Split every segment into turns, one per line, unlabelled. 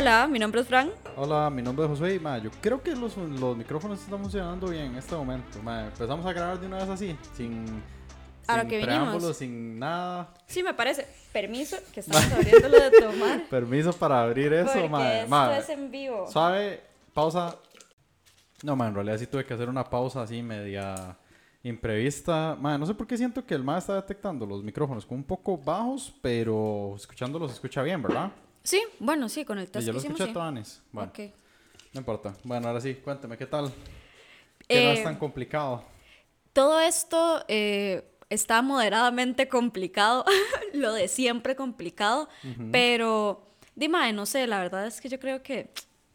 Hola, mi nombre es Fran.
Hola, mi nombre es Josué. Yo creo que los micrófonos están funcionando bien en este momento. Empezamos a grabar de una vez así, sin
A lo que
preámbulos,
vinimos.
sin nada.
Sí, me parece. Permiso, que estamos abriéndolo de tomar.
Permiso para abrir eso,
Porque esto es en vivo.
Suave, pausa. No, en realidad sí tuve que hacer una pausa así media imprevista. No sé por qué siento que el está detectando los micrófonos como un poco bajos, pero escuchándolos se escucha bien, ¿verdad?
Sí, bueno, sí, con el test
Yo
que
lo
hicimos,
escuché
sí.
todo Anis. Bueno,
Ok.
no importa. Bueno, ahora sí, cuéntame, ¿qué tal? Que no es tan complicado.
Todo esto está moderadamente complicado, lo de siempre complicado, pero, dime, no sé, la verdad es que yo creo que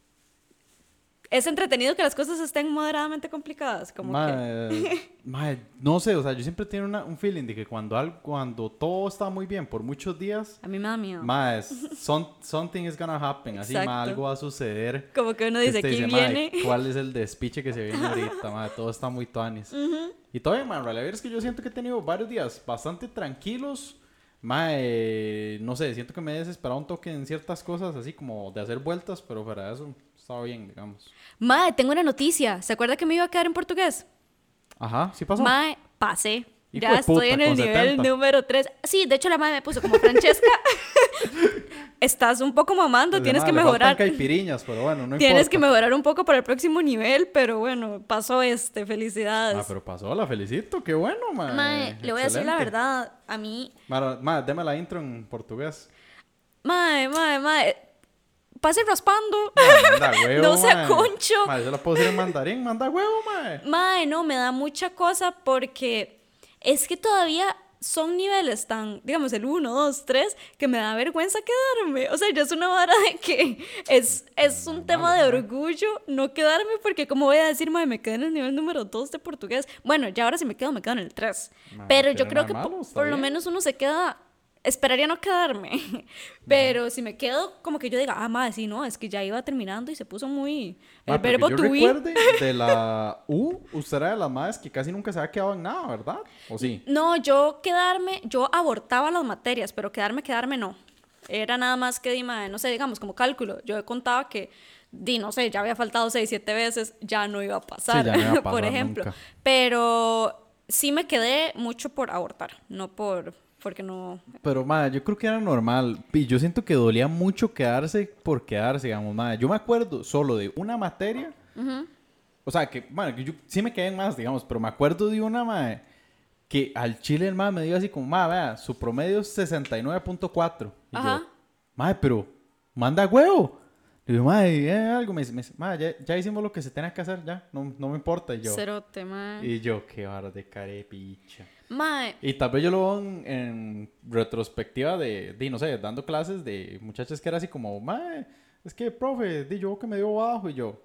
es entretenido que las cosas estén moderadamente complicadas, como que...
No sé, o sea, yo siempre tengo un feeling de que cuando todo está muy bien por muchos días,
A mí me da miedo.
something is gonna happen, así,
Exacto.
algo va a suceder.
Como que uno
Que
dice,
usted
aquí
dice,
viene.
¿cuál es el despiche que se viene ahorita? Todo está muy tuanis. Y todavía, en realidad es que yo siento que he tenido varios días bastante tranquilos. No sé, siento que me he desesperado un toque en ciertas cosas, así como de hacer vueltas, pero para eso estaba bien, digamos.
Mae, tengo una noticia. ¿Se acuerda que me iba a quedar en portugués?
Ajá, sí pasó.
Mae, pasé.
Hijo
Ya
de
estoy
puta,
en el
con
nivel
70.
número 3. Sí, de hecho la madre me puso como Francesca. Estás un poco mamando,
Pues,
tienes que
le faltan
mejorar.
caipiriñas, pero bueno, no
Tienes que
importa.
mejorar un poco para el próximo nivel, pero bueno, pasó felicidades.
Pero pasó, la felicito, qué bueno,
Mae, le voy a decir la
excelente.
verdad, a mí,
Deme la intro en portugués.
mae, pase raspando.
Manda huevo,
No sea concho.
Yo la puedo decir en mandarín, manda huevo,
Mae, no, me da mucha cosa porque es que todavía son niveles tan, digamos, el 1, 2, 3, que me da vergüenza quedarme. O sea, ya es una vara de que es un tema de orgullo no quedarme porque como voy a decir, mae, me quedé en el nivel número 2 de portugués. Bueno, ya ahora si me quedo en el 3. Pero yo creo que por lo menos uno se queda... Esperaría no quedarme, pero si me quedo, como que yo diga, madre, sí, no, es que ya iba terminando y se puso muy... El verbo
yo
to be.
recuerde de la U, usted era de las madres que casi nunca se había quedado en nada, ¿verdad? ¿O sí?
No, yo abortaba las materias, pero quedarme no. Era nada más que, no sé, digamos, como cálculo. Yo contaba que, no sé, ya había faltado 6, 7 veces, ya no iba a pasar,
Sí, ya no iba a pasar
por ejemplo.
nunca.
Pero sí me quedé mucho por abortar, no porque no...
Pero, yo creo que era normal. Y yo siento que dolía mucho quedarse por quedarse, digamos, Yo me acuerdo solo de una materia. O sea, que yo sí me quedé en más, digamos, pero me acuerdo de una, que al chile el me dio así como, vea, su promedio es 69.4. Y
Ajá.
yo, pero, manda huevo. Le digo, algo. Me dice, ya hicimos lo que se tenía que hacer, ya, no me importa. Y yo,
Cerote, mae.
Y yo, qué vara de carepicha.
Mae.
Y tal vez yo lo veo en retrospectiva de, no sé, dando clases de muchachas que era así como, es que, profe, yo que me dio bajo. Y yo,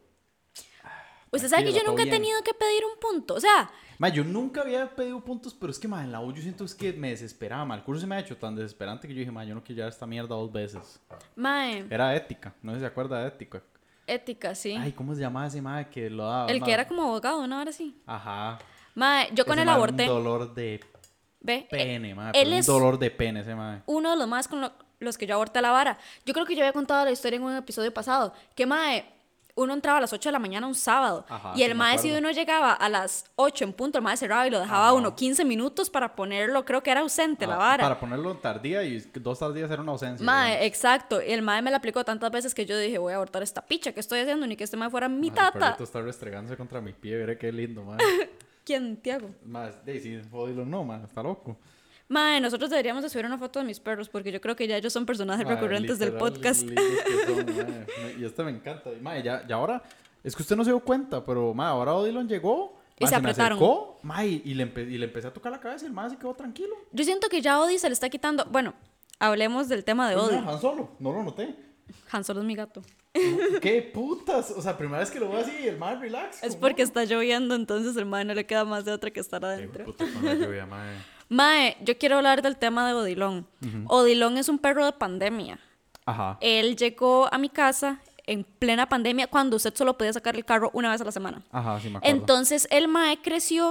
Usted sabe que yo nunca he tenido que pedir un punto, o sea...
yo nunca había pedido puntos, pero es que, en la U yo siento es que me desesperaba, El curso se me ha hecho tan desesperante que yo dije, yo no quiero llevar esta mierda 2 veces. Era ética, no sé si se acuerda de ética.
Ética, sí.
Ay, ¿cómo se llamaba ese que lo daba?
El que era como abogado, ¿no? Ahora sí.
Ajá.
Yo con él aborté.
Un dolor de
Ve,
pene,
él
un
es
dolor de pene ese
uno de los más con los que yo aborté la vara. Yo creo que yo había contado la historia en un episodio pasado. Que uno entraba a las 8 de la mañana un sábado.
Ajá,
y el
sí,
si uno llegaba a las 8 en punto, el cerraba y lo dejaba uno 15 minutos para ponerlo, creo que era ausente la vara.
Para ponerlo tardía y 2 tardías era una ausencia.
Exacto. Y el me la aplicó tantas veces que yo dije, voy a abortar esta picha que estoy haciendo, ni que este fuera mi tata.
El perrito está restregándose contra mi pie, veré qué lindo,
¿Quién, Tiago?
Daisy, no, está loco.
Nosotros deberíamos de subir una foto de mis perros porque yo creo que ya ellos son personajes recurrentes del podcast.
Y me encanta. Y ahora, es que usted no se dio cuenta, pero ahora Odilon llegó
y se apretaron.
Me acercó, y le empecé a tocar la cabeza y el se quedó tranquilo.
Yo siento que ya Odi se le está quitando. Bueno, hablemos del tema de Odi.
Han Solo, no lo noté.
Han Solo es mi gato.
¿Qué putas? O sea, primera vez que lo veo así, el relax.
Es porque está lloviendo, entonces el no le queda más de otra que estar adentro.
Qué puta con la lluvia,
yo quiero hablar del tema de Odilon. Odilon es un perro de pandemia.
Ajá.
Él llegó a mi casa en plena pandemia cuando usted solo podía sacar el carro una vez a la semana.
Ajá, sí me acuerdo.
Entonces el creció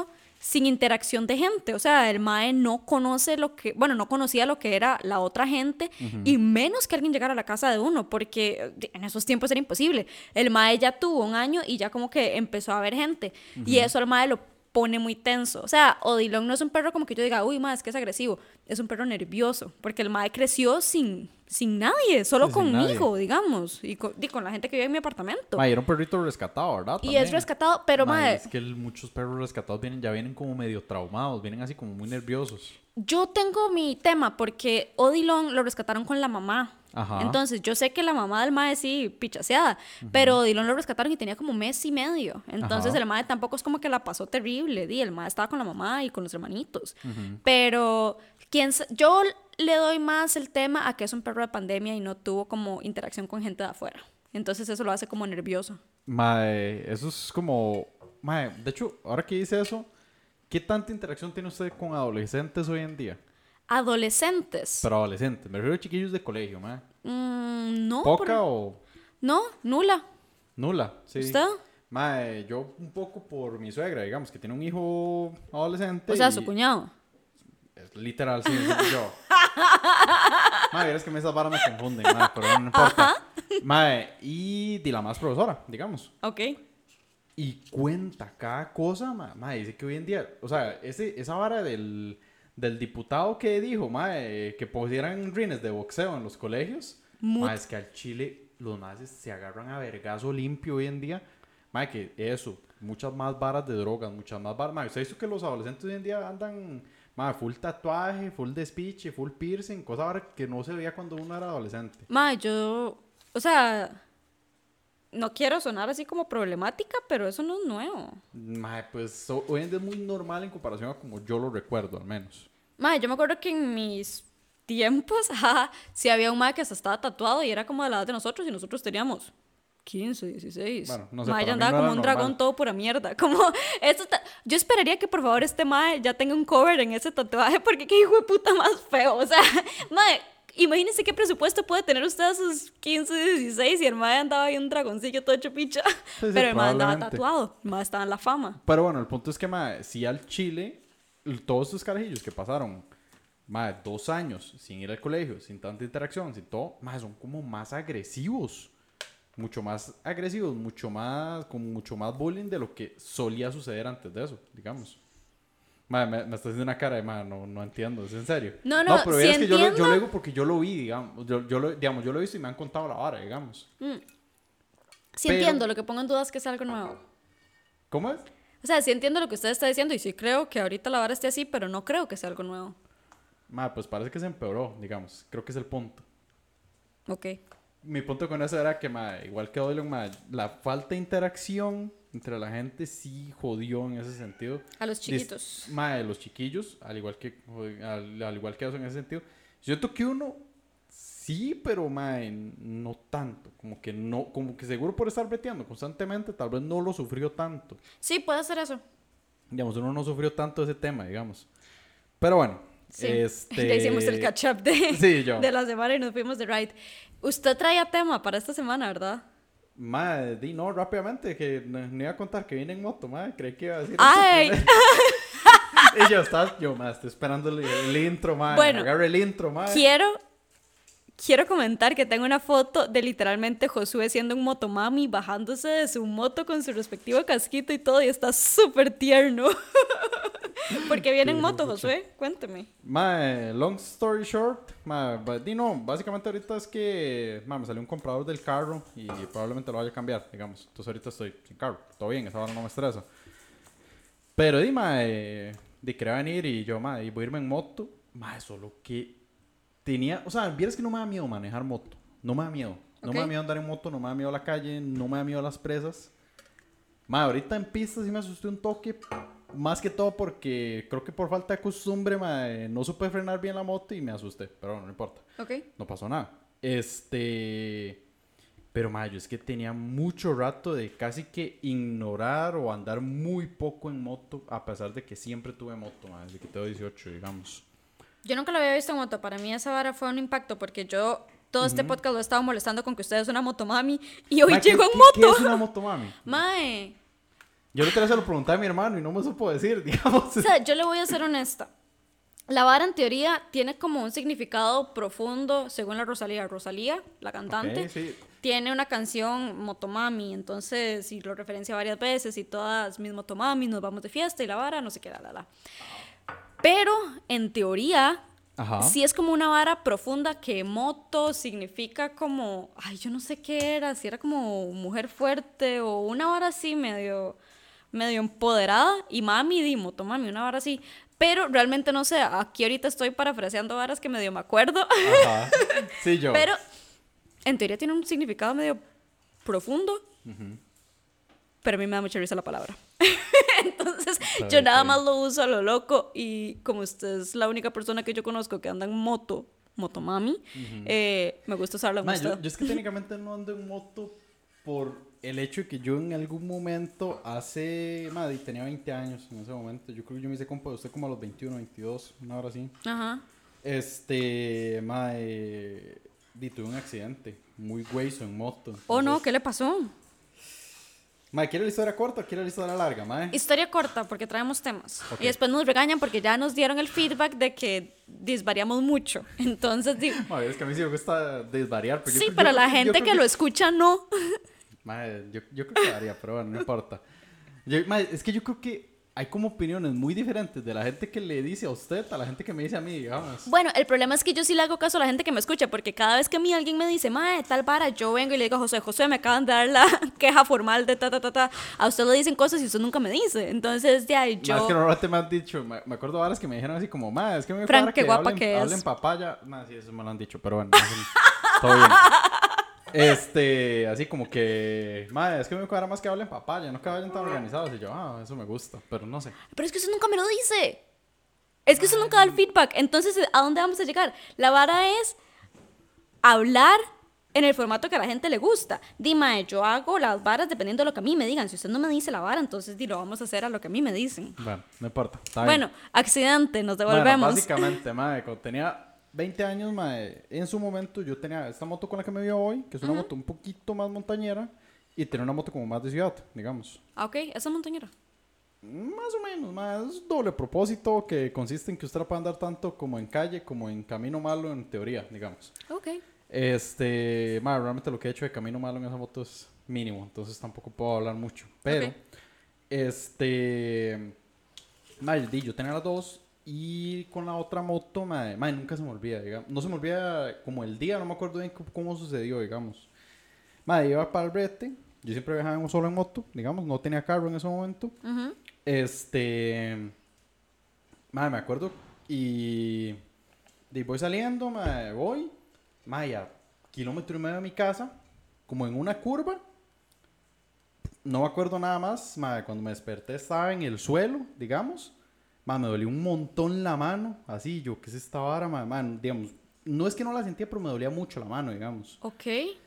sin interacción de gente. O sea, el mae no conoce no conocía lo que era la otra gente y menos que alguien llegara a la casa de uno, porque en esos tiempos era imposible. El mae ya tuvo un año y ya como que empezó a ver gente y eso al mae lo pone muy tenso. O sea, Odilon no es un perro como que yo diga, uy, mae, es que es agresivo. Es un perro nervioso, porque el mae creció sin nadie, solo
Sí, sin nadie.
conmigo, digamos, y con la gente que vive en mi apartamento.
Mae, era un perrito rescatado, ¿verdad?
Y
También.
es rescatado, pero
Mae,
mae,
es que muchos perros rescatados ya vienen como medio traumados, vienen así como muy nerviosos.
yo tengo mi tema porque Odilon lo rescataron con la mamá.
Ajá.
Entonces, yo sé que la mamá del mae sí, pichaseada, pero Odilon lo rescataron y tenía como mes y medio. Entonces,
Ajá.
el mae tampoco es como que la pasó terrible, el mae estaba con la mamá y con los hermanitos. Pero yo le doy más el tema a que es un perro de pandemia y no tuvo como interacción con gente de afuera. Entonces, eso lo hace como nervioso.
Mae, eso es como... Mae, de hecho, ahora que dice eso, ¿qué tanta interacción tiene usted con adolescentes hoy en día?
Adolescentes.
Pero adolescentes, me refiero a chiquillos de colegio, mae.
No,
¿Poca o
no, nula.
nula? Sí.
¿Usted?
Mae, yo un poco por mi suegra, digamos, que tiene un hijo adolescente.
O sea,
y
su cuñado.
es literal, sí, soy yo. Mae, es que esas varas me confunden, mae, pero no importa. Mae, y la más profesora, digamos.
Ok.
Y cuenta cada cosa, mae, dice que hoy en día, o sea, esa vara del diputado que dijo, mae, que pusieran rines de boxeo en los colegios, mae, es que al Chile los maes se agarran a vergazo limpio hoy en día, mae, que eso, muchas más varas de drogas, muchas más varas, mae, usted ha visto que los adolescentes hoy en día andan, mae, full tatuaje, full despiche, full piercing, cosa ahora que no se veía cuando uno era adolescente.
O sea, no quiero sonar así como problemática, pero eso no es nuevo.
Mae, pues hoy en día es muy normal en comparación a como yo lo recuerdo, al menos.
Yo me acuerdo que en mis tiempos, sí había un mae que hasta estaba tatuado y era como de la edad de nosotros y nosotros teníamos 15, 16.
Bueno, no sé,
Mae
para
ya
mí
andaba
no
como
era
un
normal.
dragón todo pura mierda. Como, yo esperaría que por favor este mae ya tenga un cover en ese tatuaje porque qué hijo de puta más feo. O sea, mae, imagínense qué presupuesto puede tener usted a sus 15, 16 y el mae andaba ahí un dragoncillo todo hecho picha.
Sí,
Pero el mae andaba
probablemente.
tatuado, el mae estaba en la fama.
Pero bueno, el punto es que, mae, si al Chile, todos estos carajillos que pasaron, mae, 2 años sin ir al colegio, sin tanta interacción, sin todo, mae, son como más agresivos. Mucho más agresivos, con mucho más bullying de lo que solía suceder antes de eso, digamos. Mae, me está haciendo una cara de, mae, no entiendo, ¿es en serio?
No,
Pero
sí
es que yo lo
entiendo.
digo porque yo lo vi, digamos. Yo lo he visto y me han contado la vara, digamos.
Sí
Pero-
entiendo, lo que pongo en duda es que es algo nuevo.
¿Cómo es?
O sea, sí entiendo lo que usted está diciendo y sí creo que ahorita la vara esté así, pero no creo que sea algo nuevo.
Mae, pues parece que se empeoró, digamos. Creo que es el punto.
Ok.
Mi punto con eso era que, mae, igual que Odilon, mae, la falta de interacción entre la gente sí jodió en ese sentido.
A los chiquitos.
Mae, los chiquillos, al igual que eso en ese sentido. Siento que uno sí, pero mae, no tanto. Como que seguro por estar breteando constantemente, tal vez no lo sufrió tanto.
Sí, puede ser eso.
Digamos, uno no sufrió tanto ese tema, digamos. Pero bueno,
Sí. Ya hicimos el catch-up de,
yo.
de la semana y nos fuimos de ride. Usted traía tema para esta semana, ¿verdad?
Mae, no, rápidamente, que no iba a contar que vine en moto, mae, creí que iba a decir
¡Ay!
esto primero. Mae, estoy esperando el intro, mae,
Bueno,
agarre el intro, mae.
Quiero comentar que tengo una foto de literalmente Josué siendo un motomami, bajándose de su moto con su respectivo casquito y todo, y está súper tierno. ¿Por qué viene en moto, Josué? Cuénteme.
Mae, long story short, mae, básicamente ahorita es que, mae, me salió un comprador del carro y probablemente lo vaya a cambiar, digamos. Entonces ahorita estoy sin carro, todo bien, esa hora no me estresa. Pero mae, quería venir y yo, mae, voy a irme en moto, mae, solo que o sea, vieras que no me da miedo manejar moto, no me da miedo. No me da miedo andar en moto, no me da miedo la calle, no me da miedo las presas. Mae, ahorita en pista sí me asusté un toque, más que todo porque creo que por falta de costumbre, mae, no supe frenar bien la moto y me asusté, pero bueno, no importa.
Ok.
No pasó nada. Pero mae, yo es que tenía mucho rato de casi que ignorar o andar muy poco en moto, a pesar de que siempre tuve moto, mae, desde que tengo 18, digamos.
Yo nunca lo había visto en moto. Para mí esa vara fue un impacto porque yo todo este podcast lo he estado molestando con que usted es una motomami y hoy
Mae,
llego en
¿qué
moto.
es una motomami?
Mae,
Yo le se lo pregunté a mi hermano y no me supo decir, digamos.
O sea, yo le voy a ser honesta. La vara en teoría tiene como un significado profundo según la Rosalía. Rosalía, la cantante,
Ok, sí.
tiene una canción Motomami, entonces, y lo referencia varias veces, y todas mis Motomami, nos vamos de fiesta y la vara, no sé qué, la. Pero en teoría,
Ajá.
sí es como una vara profunda que moto significa como, ay, yo no sé qué era, si era como mujer fuerte o una vara así medio empoderada, y mami, di Motomami, una vara así. Pero realmente no sé, aquí ahorita estoy parafraseando varas que medio me acuerdo.
Ajá. Sí, yo.
Pero en teoría tiene un significado medio profundo. Pero a mí me da mucha risa la palabra. Entonces, yo nada más lo uso a lo loco. Y como usted es la única persona que yo conozco que anda en motomami, me gusta usarla en usted.
Yo es que técnicamente no ando en moto por el hecho de que yo en algún momento madre, tenía 20 años en ese momento. Yo creo que yo me hice compa de usted como a los 21, 22, una hora así.
Ajá.
Madre, tuve un accidente muy güeyzo en moto.
Oh, no,
Entonces,
¿qué le pasó?
madre, ¿quiere la historia corta o quiere la historia larga, madre?
Historia corta, porque traemos temas.
Ok.
Y después nos regañan porque ya nos dieron el feedback de que disvariamos mucho. Entonces,
Madre, es que a mí sí me gusta desvariar. Pero
sí, pero la gente que lo escucha no.
Madre, yo creo que daría, pero bueno, no importa. Madre, es que yo creo que hay como opiniones muy diferentes de la gente que le dice a usted a la gente que me dice a mí, digamos.
Bueno, el problema es que yo sí le hago caso a la gente que me escucha, porque cada vez que a mí alguien me dice, mae, tal vara, yo vengo y le digo, José, me acaban de dar la queja formal de ta. A usted le dicen cosas y usted nunca me dice. Entonces, ya, yo...
Más que normalmente me han dicho, me acuerdo varas que me dijeron así como, madre, es que me
Frank,
cuadra
qué
que
guapa que es.
hablen papaya. Nah, sí, eso me lo han dicho, pero bueno, todo bien. Así como que, madre, es que me cuadra más que hablen papaya, no que vayan tan organizados. Y yo, eso me gusta, pero no sé.
Pero es que usted nunca me lo dice. Es que usted nunca da el feedback. Entonces, ¿a dónde vamos a llegar? La vara es hablar en el formato que a la gente le gusta. Dime, yo hago las varas dependiendo de lo que a mí me digan. Si usted no me dice la vara, entonces lo vamos a hacer a lo que a mí me dicen.
Bueno, no importa. Está bien.
Bueno, accidente, nos
Bueno,
devolvemos.
básicamente, madre, cuando tenía 20 años, madre, en su momento yo tenía esta moto con la que me vio hoy, que es una moto un poquito más montañera, y tenía una moto como más de ciudad, digamos.
Ah, ok, esa montañera.
Más o menos, madre, es doble propósito que consiste en que usted la puede andar tanto como en calle como en camino malo en teoría, digamos.
Ok.
Madre, realmente lo que he hecho de camino malo en esa moto es mínimo, entonces tampoco puedo hablar mucho. Pero,
Ok.
madre, yo tenía las dos. Y con la otra moto, madre, nunca se me olvida, digamos. No se me olvida como el día, no me acuerdo bien cómo sucedió, digamos. Madre, iba para el brete. Yo siempre viajaba solo en moto, digamos. No tenía carro en ese momento. Madre, me acuerdo. Y voy saliendo, madre, voy. Madre, a 1,5 km de mi casa, como en una curva. No me acuerdo nada más. Madre, cuando me desperté estaba en el suelo, digamos. Man, me dolió un montón la mano, así, yo, ¿qué es esta vara, man? Digamos, no es que no la sentía, pero me dolía mucho la mano, digamos.
Ok.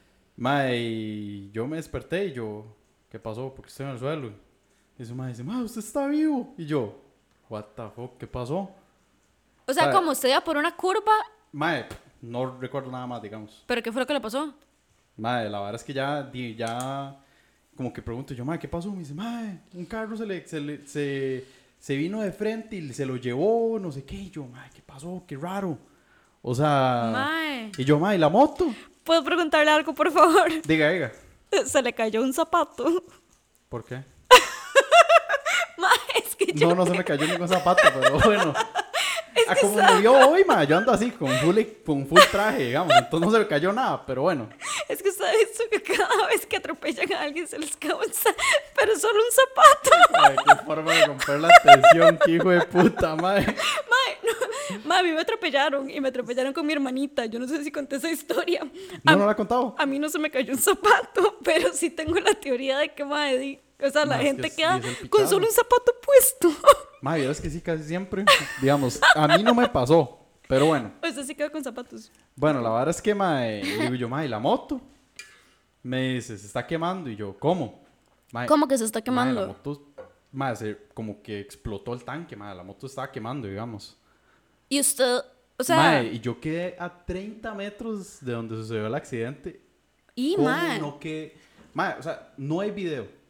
Y yo me desperté y yo, ¿qué pasó? ¿Por qué estoy en el suelo? Y su madre dice, usted está vivo. Y yo, what the fuck, ¿qué pasó?
O sea, como usted iba por una curva,
No recuerdo nada más, digamos.
¿pero qué fue lo que le pasó?
La verdad es que ya como que pregunto yo, ¿qué pasó? Me dice, un carro se vino de frente y se lo llevó, no sé qué. Y yo, ¿qué pasó? Qué raro. O sea...
Mae.
Y yo, ¿y la moto?
¿Puedo preguntarle algo, por favor?
Diga.
Se le cayó un zapato.
¿Por qué?
Mae, es que yo...
No se me cayó ningún zapato, pero bueno. Como me vio hoy, yo ando así, con full traje, digamos. Entonces no se me cayó nada, pero bueno.
Es que usted ha visto que cada vez que atropellan a alguien se les cae pero solo un zapato.
Ay, qué forma de romper la tensión, qué hijo de puta, madre.
A mí me atropellaron y me atropellaron con mi hermanita. Yo no sé si conté esa historia.
No la he contado.
A mí no se me cayó un zapato, pero sí tengo la teoría de que, o sea, la gente queda con solo un zapato puesto.
Es que sí, casi siempre. Digamos, a mí no me pasó, pero bueno.
Usted sí queda con zapatos.
Bueno, la verdad es que, digo yo, ¿y la moto? Me dice, se está quemando. Y yo, ¿cómo?
¿Cómo que se está quemando?
La moto, como que explotó el tanque, la moto estaba quemando, digamos.
Y usted, o sea...
Y yo quedé a 30 metros de donde sucedió el accidente.
Y,
¿Cómo no que... o sea, no hay video.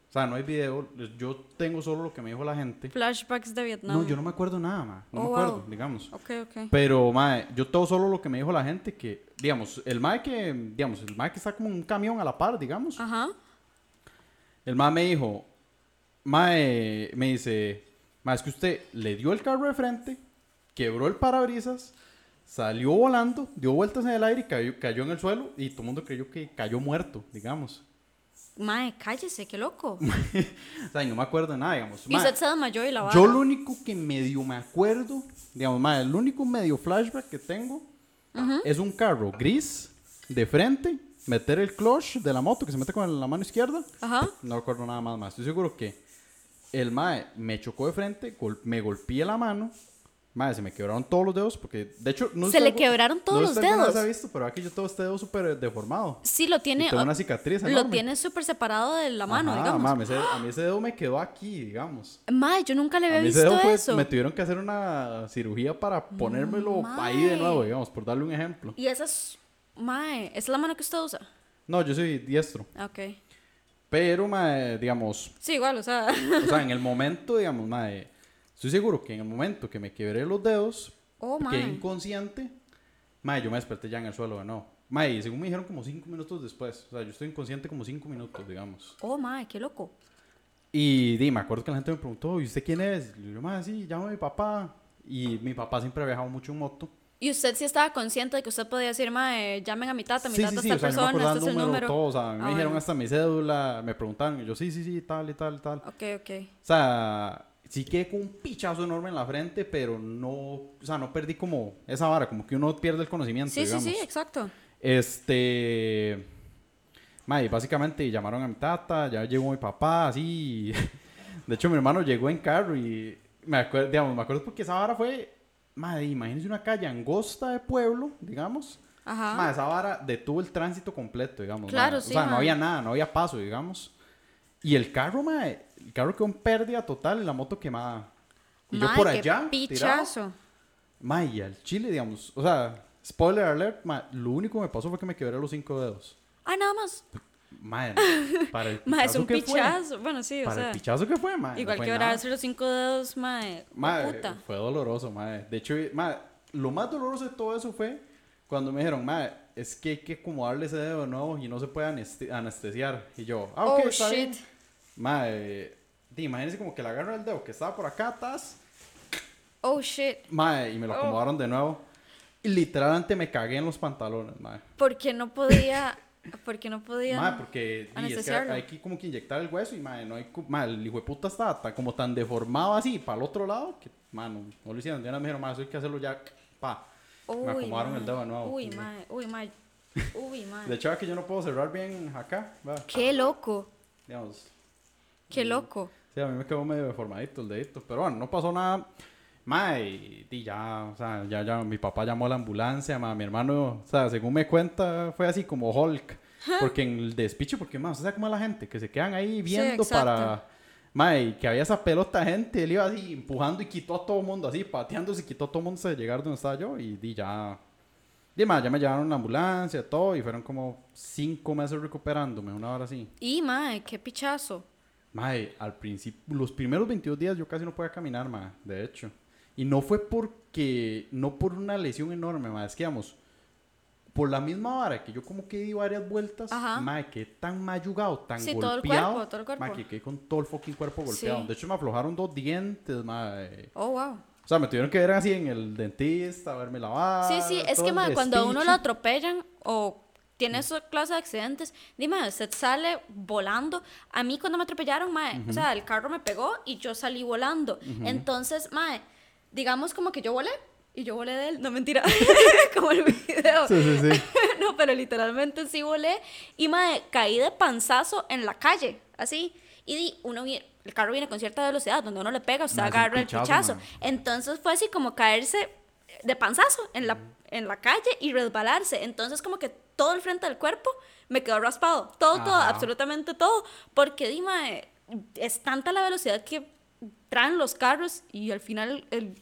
O sea, no hay video. Yo tengo solo lo que me dijo la gente.
Flashbacks de Vietnam.
No, yo no me acuerdo nada, ma. No me acuerdo, digamos.
Ok.
Pero, mae, yo todo solo lo que me dijo la gente que, digamos, el mae que está como en un camión a la par, digamos.
Ajá.
El mae me dijo, mae, me dice, mae, es que usted le dio el carro de frente, quebró el parabrisas, salió volando, dio vueltas en el aire y cayó en el suelo y todo el mundo creyó que cayó muerto, digamos.
Mae, cállese, qué loco.
O sea, y no me acuerdo de nada, digamos.
Y usted se desmayó y la vara.
Yo lo único que medio me acuerdo, digamos, mae, el único medio flashback que tengo es un carro gris de frente, meter el clutch de la moto que se mete con la mano izquierda.
Ajá.
No recuerdo nada más. Estoy seguro que el mae me chocó de frente, me golpeé la mano. Mae, se me quebraron todos los dedos porque, de hecho, no
¿Se le quebraron todos los dedos?
No se ha visto, pero aquí yo todo este dedo súper deformado.
Sí, lo tiene.
Y tengo una cicatriz enorme.
Lo tiene súper separado de la mano,
Ajá,
digamos.
Mami, a mí ese dedo me quedó aquí, digamos.
Mae, yo nunca le había
A mí ese
visto
dedo
eso.
me tuvieron que hacer una cirugía para ponérmelo ahí de nuevo, digamos, por darle un ejemplo.
Y esa es. Mae, ¿esa es la mano que usted usa?
No, yo soy diestro.
Ok.
Pero, mae, digamos,
Sí, igual, o sea.
en el momento, digamos, mae, estoy seguro que en el momento que me quebré los dedos,
Oh,
quedé
mae.
inconsciente, mae, yo me desperté ya en el suelo de nuevo. Mae, y según me dijeron como 5 minutos después. O sea, yo estoy inconsciente como 5 minutos, digamos.
Oh, mae, qué loco.
Y me acuerdo que la gente me preguntó, ¿y usted quién es? Y yo, mae, sí, llamo a mi papá. Y mi papá siempre ha viajado mucho en moto.
¿Y usted sí estaba consciente de que usted podía decir, mae, llamen a mi tata
Sí,
es
o sea,
tal
yo me
persona,
acordaba
este es el número?
todo, o sea, a mí me dijeron
bueno.
hasta mi cédula, me preguntaron, y yo, sí, tal y tal.
Ok.
O sea, sí quedé con un pichazo enorme en la frente, pero no, o sea, no perdí como esa vara, como que uno pierde el conocimiento,
Sí,
digamos.
sí, exacto.
Mae, básicamente llamaron a mi tata, ya llegó mi papá, así. De hecho, mi hermano llegó en carro y me acuerdo porque esa vara fue, madre, imagínense una calle angosta de pueblo, digamos.
Ajá.
Madre, esa vara detuvo el tránsito completo, digamos.
Claro,
madre.
sí,
O sea, no
madre.
había nada, no había paso, digamos. Y el carro, madre, el carro quedó en pérdida total y la moto quemada. Y yo
Mae,
por
qué
allá, tirado.
pichazo.
Madre, y al chile, digamos, o sea, spoiler alert, madre, lo único que me pasó fue que me quebré los 5 dedos.
Ah, nada más.
Madre, para el
Mae, es
pichazo
un
que fue.
pichazo. Bueno, sí, o
Para
sea.
el pichazo que fue, madre.
Igual
no fue
que
nada.
quebrarse los 5 dedos, mae.
Madre,
Puta.
fue doloroso, madre. De hecho, madre, lo más doloroso de todo eso fue cuando me dijeron, madre, es que hay que acomodarle ese dedo de nuevo y no se puede anestesiar. Y yo, ok,
Oh,
está bien.
shit.
Madre, imagínense como que le agarro el dedo que estaba por acá atrás.
Oh, shit.
Madre, y me lo acomodaron de nuevo. Y literalmente me cagué en los pantalones, madre.
¿Por qué no podía? ¿Por qué no podía?
Madre, porque es que
anestesiarlo.
hay que como que inyectar el hueso y madre, no hay, madre, el hijo de puta estaba como tan deformado así para el otro lado que, mano, no lo hicieron. Ya me dijeron, madre, eso hay que hacerlo ya, pa. Me acomodaron el dedo de nuevo.
Uy, mae. Uy, mae. Uy, mae.
De hecho, que yo no puedo cerrar bien acá, ¿verdad?
Qué loco.
Digamos.
Qué loco.
Sí, a mí me quedó medio deformadito el dedito. Pero bueno, no pasó nada. Mae, y ya, o sea, ya mi papá llamó a la ambulancia, mi hermano, o sea, según me cuenta, fue así como Hulk. Porque en el despiche, porque más, o sea, como la gente, que se quedan ahí viendo
exacto.
para... Mae, que había esa pelota de gente, él iba así empujando y quitó a todo el mundo, así pateándose, quitó a todo el mundo hasta llegar donde estaba yo y ya... Y más, ya me llevaron a la ambulancia, todo, y fueron como 5 meses recuperándome, una hora así.
Y, mae, qué pichazo.
Mae, al principio, los primeros 22 días yo casi no podía caminar, mae, de hecho. Y no fue porque, no por una lesión enorme, mae, es que, digamos, por la misma vara que yo como que di varias vueltas,
Ajá.
mae, quedé tan mayugado, tan
Sí,
golpeado.
todo el cuerpo.
Mae, que quedé con todo el fucking cuerpo golpeado.
Sí.
De hecho, me aflojaron 2 dientes, mae.
Oh, wow.
O sea, me tuvieron que ver así en el dentista, verme lavar.
Sí, es
todo
que,
el
mae, cuando a uno lo
despiche.
atropellan o tiene esa clase de accidentes, dime, usted sale volando. A mí cuando me atropellaron, mae, o sea, el carro me pegó y yo salí volando. Entonces, mae, digamos como que yo volé y yo volé de él. No, mentira, como el video.
Sí.
No, pero literalmente sí volé y, mae, caí de panzazo en la calle, así. Y el carro viene con cierta velocidad, donde uno le pega, usted
Mae, es un
agarra el pichazo.
mae.
Entonces fue así como caerse de panzazo en la calle y resbalarse. Entonces como que todo el frente del cuerpo me quedó raspado. Todo,
Ajá.
absolutamente todo. Porque, es tanta la velocidad que traen los carros y al final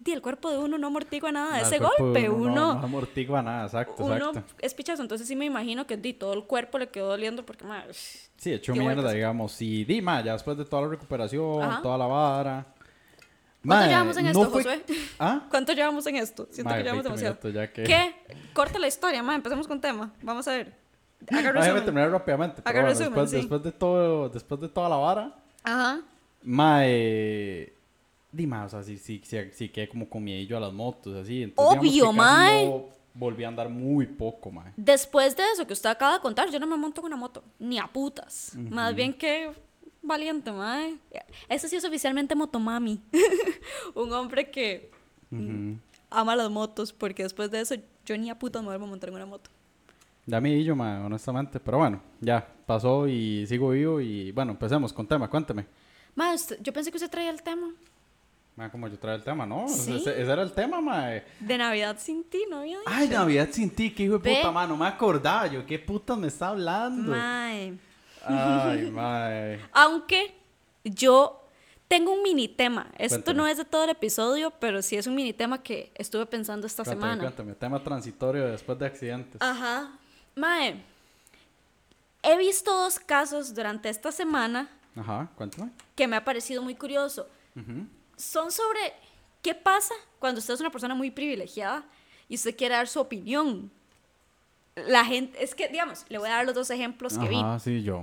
el cuerpo de uno no amortigua nada.
El
Ese
cuerpo de
golpe,
uno
uno...
no amortigua nada, exacto.
Es pichazo, entonces sí me imagino que todo el cuerpo le quedó doliendo porque, madre,
Sí, hecho
qué
mierda,
vueltas.
digamos. Y Dima, ya después de toda la recuperación,
Ajá.
toda la vara.
¿Cuánto
Mae,
llevamos en
no
esto,
fue-
Josué?
¿Ah?
¿Cuánto llevamos en esto? Siento
Mae,
que llevamos
20
demasiado.
minutos ya que...
¿Qué? Corta la historia, ma, empecemos con tema. Vamos a ver. Haga
Déjame
resumen.
terminar rápidamente.
Haga
Pero bueno,
resumen, sí.
después de toda la vara,
Ajá.
mae... Dima, o sea, sí quedé como con miedillo a las motos, así. Entonces,
Obvio,
digamos que casi
mae.
no volví a andar muy poco, mae.
Después de eso que usted acaba de contar, yo no me monto en una moto. Ni a putas. Más bien que valiente, mae. Eso sí es oficialmente motomami. Un hombre que ama las motos, porque después de eso yo ni a putas me vuelvo a montar en una moto.
Da miedillo, mae, honestamente. Pero bueno, ya pasó y sigo vivo. Y bueno, empecemos con tema, cuénteme.
Mae, yo pensé que usted traía el tema
Mae, como yo traía el tema, ¿no?
Sí.
Ese era el tema, mae.
de Navidad sin ti, ¿no había dicho?
Ay, Navidad sin ti, qué hijo de
Ve.
puta, mae. No me acordaba yo. ¿Qué puta me está hablando?
Mae.
Ay, mae.
Aunque yo tengo un mini tema. Esto
Cuéntame.
no es de todo el episodio, pero sí es un mini tema que estuve pensando esta semana.
Cuéntame, tema transitorio después de accidentes.
Ajá. Mae, he visto 2 casos durante esta semana
Ajá, cuéntame.
que me ha parecido muy curioso. Son sobre qué pasa cuando usted es una persona muy privilegiada y usted quiere dar su opinión. La gente, es que, digamos, le voy a dar los 2 ejemplos que vi.
Ajá, sí, yo.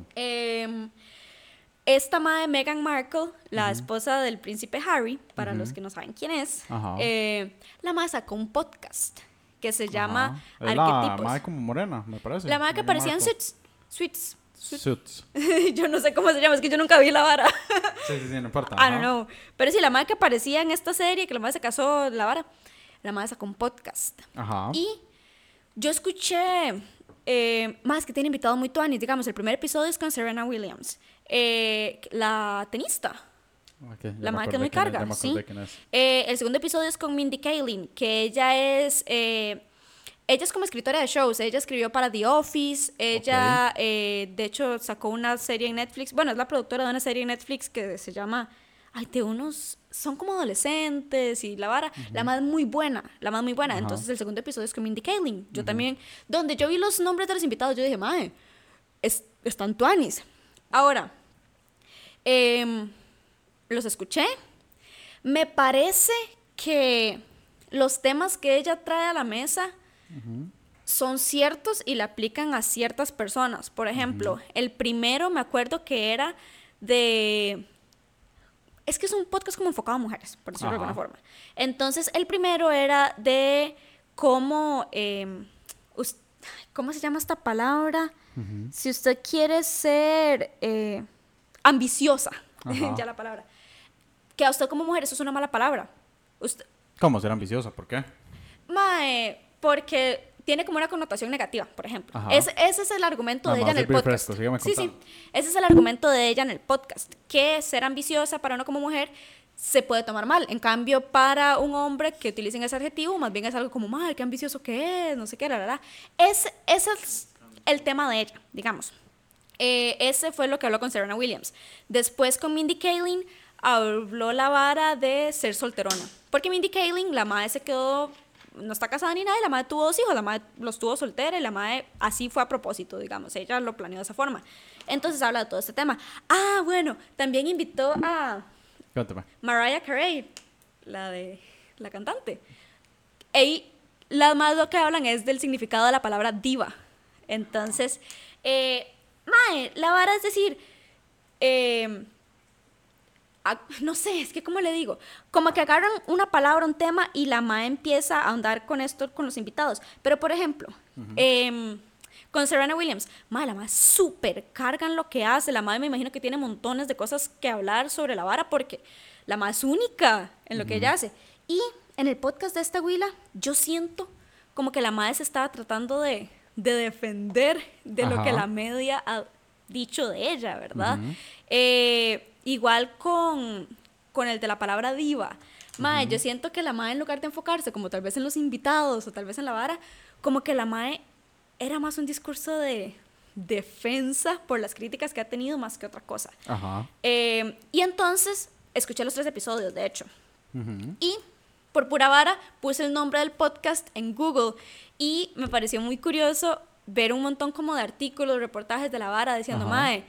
Esta madre Meghan Markle, la esposa del príncipe Harry, para los que no saben quién es,
Ajá.
la madre sacó un podcast que se llama
Ajá. Es la
Arquetipos.
madre como morena, me parece.
La madre que
Meghan
aparecía en
Markle.
Suits.
Suits.
Yo no sé cómo se llama, es que yo nunca vi la vara.
Sí, no importa.
I don't know. Pero sí, la madre que aparecía en esta serie, que la madre se casó, la vara, la madre sacó un podcast.
Ajá.
Y yo escuché más que tiene invitados muy tuanis, digamos, el primer episodio es con Serena Williams, la tenista.
Ok, ya
La
me
madre que es
acordé
muy
quién es,
carga,
ya me
¿sí?
acordé quién es.
El segundo episodio es con Mindy Kaling, que ella es como escritora de shows. Ella escribió para The Office. Ella, de hecho, sacó una serie en Netflix. Bueno, es la productora de una serie en Netflix que se llama... Ay, de unos... Son como adolescentes y la vara. La más muy buena. La más muy buena.
Ajá.
Entonces, el segundo episodio es con Mindy Kaling. Yo también... Donde yo vi los nombres de los invitados, yo dije, mae, están tuanis. Ahora, los escuché. Me parece que los temas que ella trae a la mesa son ciertos y le aplican a ciertas personas. Por ejemplo, el primero me acuerdo que era de... Es que es un podcast como enfocado a mujeres, por decirlo de alguna forma. Entonces, el primero era de cómo... ¿Cómo se llama esta palabra? Si usted quiere ser ambiciosa, ya la palabra. Que a usted como mujer eso es una mala palabra. Usted,
¿Cómo ser ambiciosa? ¿Por qué?
mae, porque tiene como una connotación negativa, por ejemplo.
Ajá.
Ese es el argumento de
Vamos
ella
a
en el
servir
podcast.
fresco, sígame
Sí, sí.
contando.
Ese es el argumento de ella en el podcast. Que ser ambiciosa para uno como mujer se puede tomar mal. En cambio, para un hombre que utilicen ese adjetivo, más bien es algo como, madre, qué ambicioso que es, no sé qué, la, la, la. Ese es el tema de ella, digamos. Ese fue lo que habló con Serena Williams. Después con Mindy Kaling habló la vara de ser solterona. Porque Mindy Kaling, la madre se quedó, no está casada ni nada, y la madre tuvo 2 hijos, la madre los tuvo soltera y la madre así fue a propósito, digamos. Ella lo planeó de esa forma. Entonces habla de todo este tema. Ah, bueno, también invitó a
Cuéntame.
Mariah Carey, la cantante. Y las más lo que hablan es del significado de la palabra diva. Entonces, mae, la vara es decir, no sé, es que como le digo, como que agarran una palabra, un tema y la mae empieza a andar con esto con los invitados. Pero por ejemplo, con Serena Williams, mae, la mae súper carga en lo que hace. La mae me imagino que tiene montones de cosas que hablar sobre la vara porque la mae es única en lo que ella hace. Y en el podcast de esta Willa, yo siento como que la mae se estaba tratando de defender de lo que la media ha dicho de ella, ¿verdad? Igual con el de la palabra diva. Mae, yo siento que la mae, en lugar de enfocarse como tal vez en los invitados o tal vez en la vara, como que la mae era más un discurso de defensa por las críticas que ha tenido más que otra cosa.
Ajá.
Y entonces escuché los 3 episodios, de hecho. Y por pura vara, puse el nombre del podcast en Google y me pareció muy curioso ver un montón como de artículos, reportajes de la vara diciendo, mae,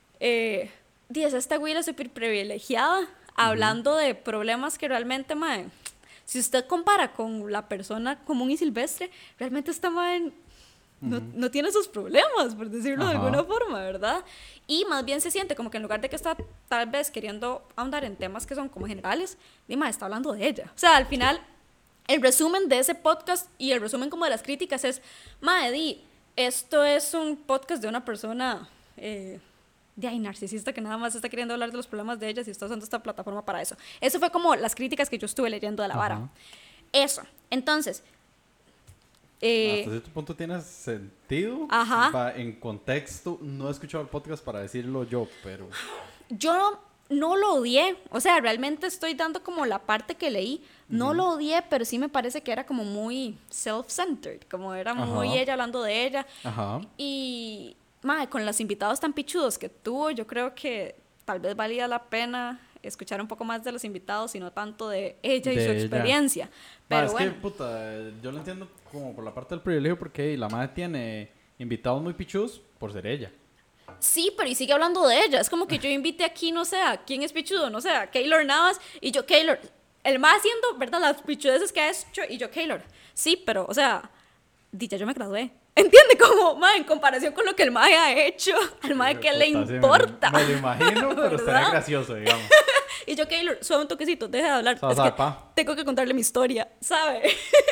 dice, esta güila súper privilegiada, hablando de problemas que realmente, mae, si usted compara con la persona común y silvestre, realmente esta mae no tiene esos problemas, por decirlo de alguna forma, ¿verdad? Y más bien se siente como que en lugar de que está tal vez queriendo ahondar en temas que son como generales, Dima está hablando de ella. O sea, al final, el resumen de ese podcast y el resumen como de las críticas es, mae, di, esto es un podcast de una persona de ahí narcisista que nada más está queriendo hablar de los problemas de ella y está usando esta plataforma para eso. Eso fue como las críticas que yo estuve leyendo de la vara. Eso. Entonces...
hasta cierto punto tiene sentido. En contexto, no he escuchado el podcast para decirlo yo, pero...
Yo no lo odié. O sea, realmente estoy dando como la parte que leí. No lo odié, pero sí me parece que era como muy self-centered. Como era muy ella hablando de ella. Y, madre, con los invitados tan pichudos que tuvo, yo creo que tal vez valía la pena escuchar un poco más de los invitados y no tanto de ella y su experiencia. Pero
es
bueno.
que, puta, yo lo entiendo como por la parte del privilegio porque la madre tiene invitados muy pichudos por ser ella.
Sí, pero y sigue hablando de ella. Es como que yo invite aquí, no sé, a quién es pichudo, no sé, a Keylor Navas, y yo, Keylor, el más haciendo, ¿verdad? Las pichudeces que ha hecho, y yo, Keylor. Sí, pero, o sea, ya yo me gradué. ¿Entiende? Como, ma, en comparación con lo que el mae ha hecho, al mae que le importa.
Me lo imagino, pero estaría gracioso, digamos.
Y yo, Keylor, suave un toquecito, deja de hablar. Es que tengo que contarle mi historia, ¿sabe?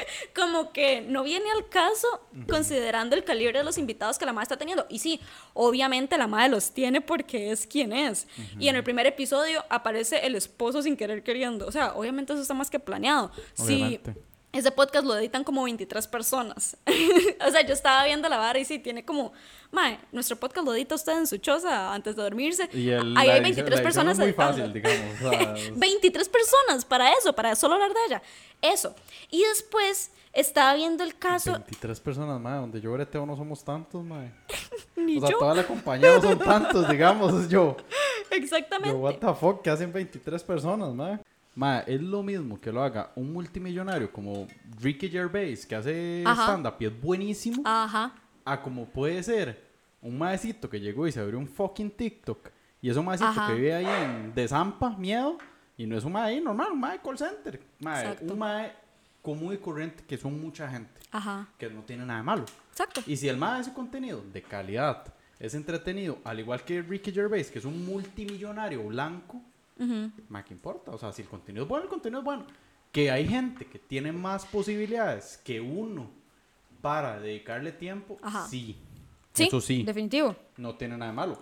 Como que no viene al caso considerando el calibre de los invitados que la mae está teniendo. Y sí, obviamente la mae los tiene porque es quien es. Y en el primer episodio aparece el esposo sin querer queriendo. O sea, obviamente eso está más que planeado. Obviamente. Sí. Ese podcast lo editan como 23 personas. O sea, yo estaba viendo la vara y sí, tiene como... Mae, nuestro podcast lo edita usted en su choza antes de dormirse. Ahí hay 23 personas editando. Es muy fácil, digamos. O sea, 23 personas para eso, para solo hablar de ella. Eso. Y después estaba viendo el caso...
23 personas, mae. Donde yo breteo no somos tantos, mae.
Ni
o sea,
yo.
Toda la compañía no son tantos, digamos. Yo.
Exactamente.
Yo, what the fuck, que hacen 23 personas, mae. Ma, es lo mismo que lo haga un multimillonario como Ricky Gervais, que hace stand-up y es buenísimo, a como puede ser un maecito que llegó y se abrió un fucking TikTok y es un maecito que vive ahí en Desampa, Miedo, y no es un mae normal, un mae call center, un mae común y corriente que son mucha gente, que no tiene nada de malo.
Exacto.
Y si el mae hace contenido de calidad, es entretenido, al igual que Ricky Gervais, que es un multimillonario blanco, más que importa, o sea, si el contenido es bueno, el contenido es bueno. Que hay gente que tiene más posibilidades que uno para dedicarle tiempo, sí, eso sí,
definitivo.
No tiene nada de malo.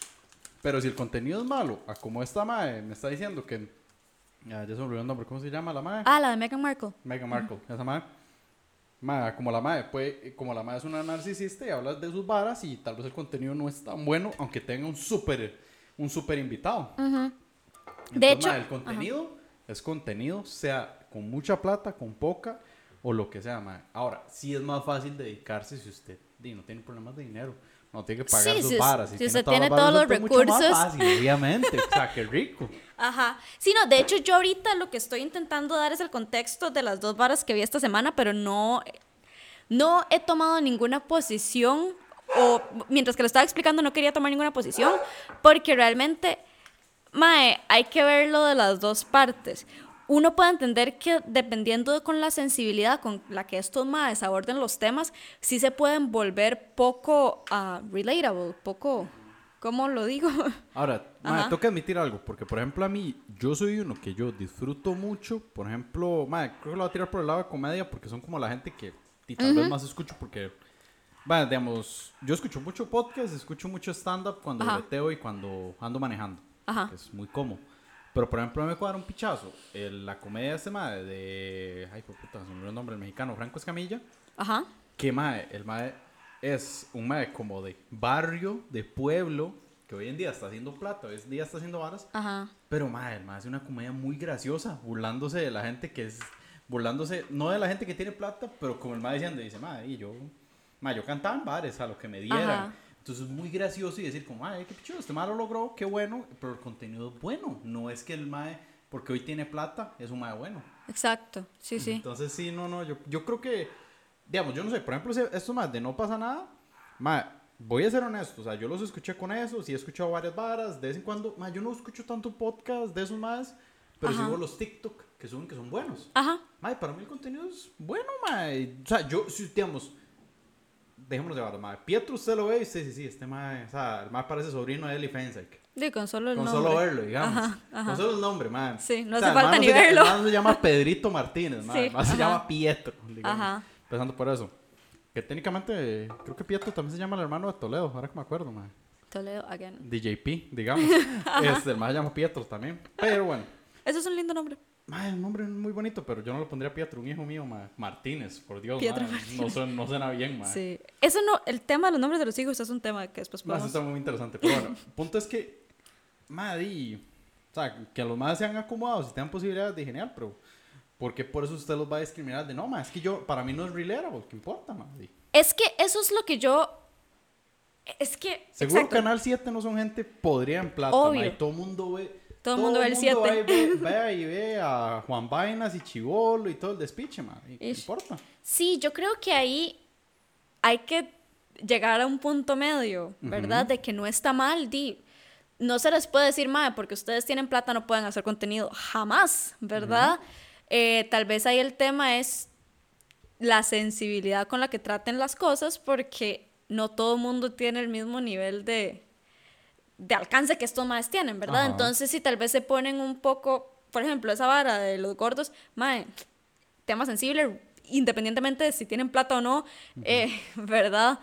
Pero si el contenido es malo, a como esta mae me está diciendo que ya se me olvidó el nombre, ¿cómo se llama la mae?
La de Meghan Markle.
Meghan Markle, esa mae. Como la mae es una narcisista y habla de sus varas y tal vez el contenido no es tan bueno, aunque tenga un súper invitado. Entonces,
de hecho,
el contenido es contenido, sea con mucha plata, con poca o lo que sea, mae. Ahora, sí es más fácil dedicarse si usted no tiene problemas de dinero, no tiene que pagar sus varas.
Si usted tiene todos los recursos.
Mucho más fácil, obviamente, o sea, qué rico.
Sí, no, de hecho yo ahorita lo que estoy intentando dar es el contexto de las 2 varas que vi esta semana, pero no he tomado ninguna posición, o mientras que lo estaba explicando no quería tomar ninguna posición, porque realmente... Mae, hay que verlo de las 2 partes. Uno puede entender que dependiendo de con la sensibilidad con la que estos maes aborden los temas, sí se pueden volver poco relatable, poco, ¿cómo lo digo?
Ahora, mae, tengo que admitir algo, porque por ejemplo a mí, yo soy uno que yo disfruto mucho, por ejemplo, mae, creo que lo voy a tirar por el lado de comedia, porque son como la gente que tal vez más escucho, porque, bueno, digamos, yo escucho mucho podcast, escucho mucho stand-up cuando breteo y cuando ando manejando. Que es muy cómodo. Pero por ejemplo me cuadra un pichazo la comedia de este mae de... Ay, por puta, se me olvidó el nombre, el mexicano Franco Escamilla. Que mae, el mae es un mae como de barrio, de pueblo, que hoy en día está haciendo plata, hoy en día está haciendo varas. Pero mae, el mae hace una comedia muy graciosa, burlándose de la gente que es... Burlándose, no de la gente que tiene plata, pero como el mae diciendo, dice, mae, yo cantaba en bares a lo que me dieran. Entonces es muy gracioso y decir como, ay, qué pichudo, este mae lo logró, qué bueno, pero el contenido es bueno. No es que el mae porque hoy tiene plata, es un mae bueno.
Exacto, sí, sí.
Entonces, sí, no, yo creo que, digamos, yo no sé, por ejemplo, estos más de no pasa nada, mae, voy a ser honesto, o sea, yo los escuché con eso, sí he escuchado varias varas, de vez en cuando, mae, yo no escucho tanto podcast de esos más, pero
Ajá.
sigo los TikTok, que son buenos.
Ajá.
Mae, para mí el contenido es bueno, mae. O sea, yo, si, digamos, dejémonos llevar, mae. Pietro, usted lo ve y sí, este mae, o sea, el mae parece sobrino de Eli Fensek.
Sí, con solo el
Con
nombre.
solo verlo, digamos.
Ajá, ajá.
Con solo el nombre, man.
Sí, no
O sea,
hace falta
el man
ni
no se
verlo.
El man se llama Pedrito Martínez, man.
Sí,
El man se
ajá.
llama Pietro, digamos.
Ajá.
Empezando por eso. Que técnicamente, creo que Pietro también se llama el hermano de Toledo, ahora que me acuerdo, man.
Toledo, again.
DJP, digamos. El man se llama Pietro también. Pero bueno.
Eso es un lindo nombre.
Man, un nombre muy bonito, pero yo no lo pondría Pietro. Un hijo mío, man. Martínez, por Dios,
Pietro
man.
Martínez.
No suena bien, man.
Sí. Eso no, el tema de los nombres de los hijos es un tema que después
Man, eso
podemos...
está muy interesante. Pero bueno, el punto es que, man, o sea, que los más sean acomodados y tengan posibilidades de genial, pero ¿por qué por eso usted los va a discriminar? De no, man, es que para mí no es relatable, ¿qué importa, man?
Es que eso es lo que yo... Es que...
Seguro
exacto.
Canal 7 no son gente podrida en plata,
Obvio.
man, y todo el mundo ve...
Todo el mundo ve el 7.
va y ve a Juan Vainas y Chivolo y todo el despiche, man. ¿Qué
Ish.
importa?
Sí, yo creo que ahí hay que llegar a un punto medio, ¿verdad? De que no está mal, no se les puede decir, madre, porque ustedes tienen plata no pueden hacer contenido, jamás, ¿verdad? Tal vez ahí el tema es la sensibilidad con la que traten las cosas, porque no todo el mundo tiene el mismo nivel de alcance que estos más tienen, ¿verdad?
Ajá.
Entonces, si tal vez se ponen un poco, por ejemplo, esa vara de los gordos, mae, tema sensible, independientemente de si tienen plata o no, ¿verdad?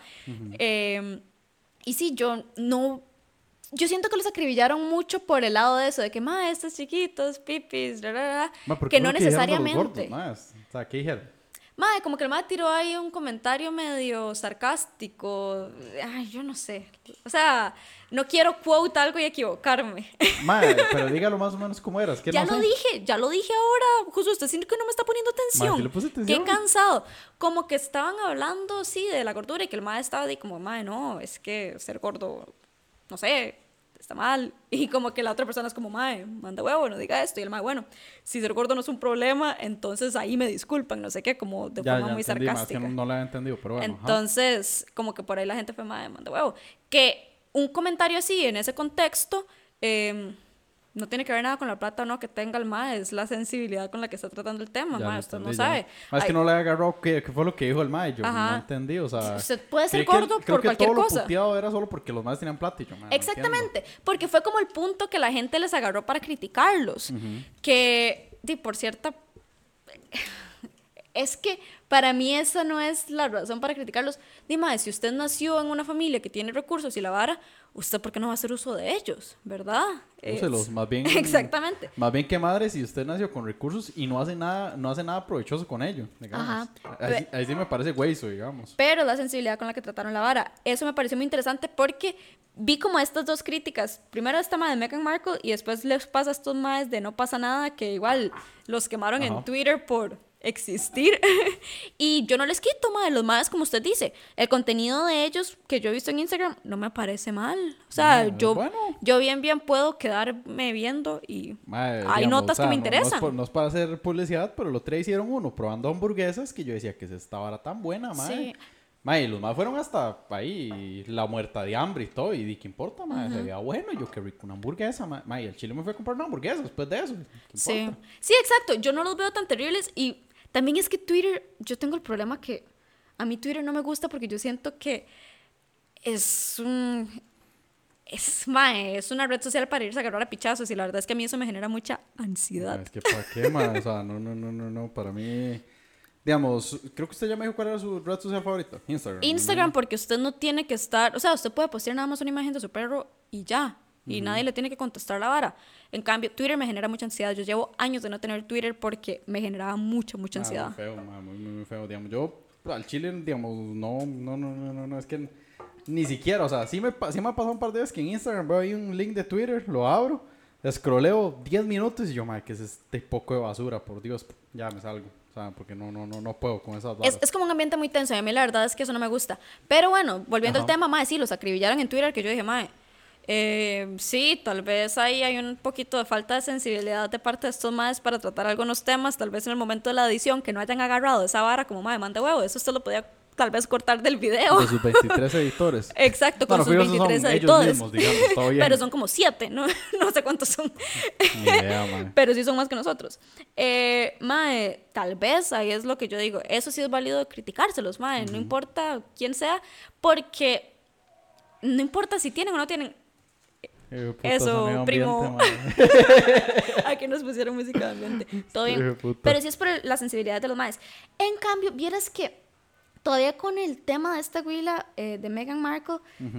Y sí, yo siento que los acribillaron mucho por el lado de eso, de que, mae, estos chiquitos, pipis,
Man, ¿por
que
qué
no
dijeron de los
necesariamente.
gordos, man? O sea, ¿qué dijeron?
Mae, como que el mae tiró ahí un comentario medio sarcástico. Ay, yo no sé. O sea, no quiero quote algo y equivocarme.
Madre, pero dígalo más o menos cómo eras. Que
Ya
no
lo
sé.
dije, ya lo dije ahora. Justo usted siente que no me está poniendo atención.
Mae, ¿sí le puse atención?
Qué cansado. Como que estaban hablando, sí, de la gordura y que el mae estaba de como, mae, no, es que ser gordo, no sé, está mal. Y como que la otra persona es como, mae, manda huevo, no diga esto. Y el mae, bueno, si ser gordo no es un problema, entonces ahí me disculpan, no sé qué, como de forma muy
entendí, más
sarcástica.
que no lo había entendido, pero bueno.
Entonces, como que por ahí la gente fue, mae, manda huevo. Que un comentario así, en ese contexto, no tiene que ver nada con la plata o no que tenga el mae, es la sensibilidad con la que está tratando el tema, mae, usted no sabe.
Más que no le agarró qué fue lo que dijo el mae, yo
Ajá.
no entendí, o sea...
Usted puede ser
creí
gordo
creo
por
que
cualquier
todo
cosa.
lo puteado era solo porque los maes tenían plata y yo, mae, no
Exactamente, porque fue como el punto que la gente les agarró para criticarlos. Que, por cierto, es que para mí esa no es la razón para criticarlos. Dime, si usted nació en una familia que tiene recursos y la vara, ¿usted por qué no va a hacer uso de ellos? ¿Verdad?
Úselos, más bien...
Exactamente.
Más bien que madre si usted nació con recursos y no hace nada provechoso con ello, digamos.
Ajá.
Ahí sí me parece güeyzo, digamos.
Pero la sensibilidad con la que trataron la vara, eso me pareció muy interesante porque vi como estas dos críticas. Primero esta madre de Meghan Markle y después les pasa a estos madres de no pasa nada, que igual los quemaron
Ajá.
en Twitter por existir. Y yo no les quito, madre, los madres, como usted dice. El contenido de ellos que yo he visto en Instagram no me parece mal. O sea,
No,
yo
bueno.
bien puedo quedarme viendo y
Mae,
hay
digamos,
notas
o sea,
que me
no
interesan.
no es para hacer publicidad, pero el otro día hicieron uno probando hamburguesas que yo decía que esta vara tan buena, mae.
Sí.
Mae, y los más fueron hasta ahí, la muerta de hambre y todo, y di, ¿qué importa, mae? Se veía bueno, y yo, qué rico, una hamburguesa, mae. Mae, y el chile me fue a comprar una hamburguesa después de eso. ¿Qué
Sí,
importa?
sí, exacto. Yo no los veo tan terribles y también es que Twitter, yo tengo el problema que a mí Twitter no me gusta porque yo siento que es una red social para irse a agarrar a pichazos y la verdad es que a mí eso me genera mucha ansiedad.
Es que, ¿para qué, mae? O sea, no, para mí... Digamos, creo que usted ya me dijo cuál era su red social favorita.
Instagram porque usted no tiene que estar, o sea, usted puede postear nada más una imagen de su perro y ya, y nadie le tiene que contestar la vara. En cambio, Twitter me genera mucha ansiedad. Yo llevo años de no tener Twitter porque me generaba mucha ansiedad.
Muy feo, mae, muy feo. Digamos, yo al chile, digamos, no, es que ni siquiera, o sea, sí me ha pasado un par de veces que en Instagram veo ahí un link de Twitter, lo abro, scrolleo 10 minutos y yo, madre, que es este poco de basura, por Dios, ya me salgo. O sea, porque no puedo con esas varas.
Es como un ambiente muy tenso y a mí la verdad es que eso no me gusta. Pero bueno, volviendo
Ajá.
al tema, mae, sí, los acribillaron en Twitter que yo dije, mae, Sí, tal vez ahí hay un poquito de falta de sensibilidad de parte de estos maes para tratar algunos temas, tal vez en el momento de la edición que no hayan agarrado esa vara como mae, mande huevo, eso usted lo podía tal vez cortar del video.
De sus 23 editores.
Exacto, con
Bueno,
sus
fíjate,
23
son
editores.
ellos mismos, digamos, todo bien.
Pero son como 7, ¿no? No sé cuántos son.
Ni idea, mae.
Pero sí son más que nosotros. Mae, tal vez ahí es lo que yo digo. Eso sí es válido criticárselos, mae. No importa quién sea, porque no importa si tienen o no tienen.
Puta,
Eso,
sonido ambiente,
primo.
mae.
Aquí nos pusieron música de ambiente. Todo
Hijo de
bien.
puta.
Pero sí es por la sensibilidad de los maes. En cambio, vieras que todavía con el tema de esta güila de Meghan Markle,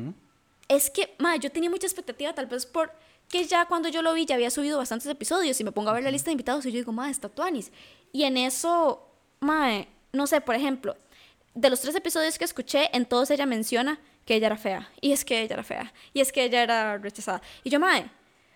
es que, mae, yo tenía mucha expectativa, tal vez porque ya cuando yo lo vi ya había subido bastantes episodios y me pongo a ver la lista de invitados y yo digo, mae, está tuanis. Y en eso, mae, no sé, por ejemplo, de los 3 episodios que escuché, en todos ella menciona que ella era fea. Y es que ella era fea. Y es que ella era rechazada. Y yo, mae,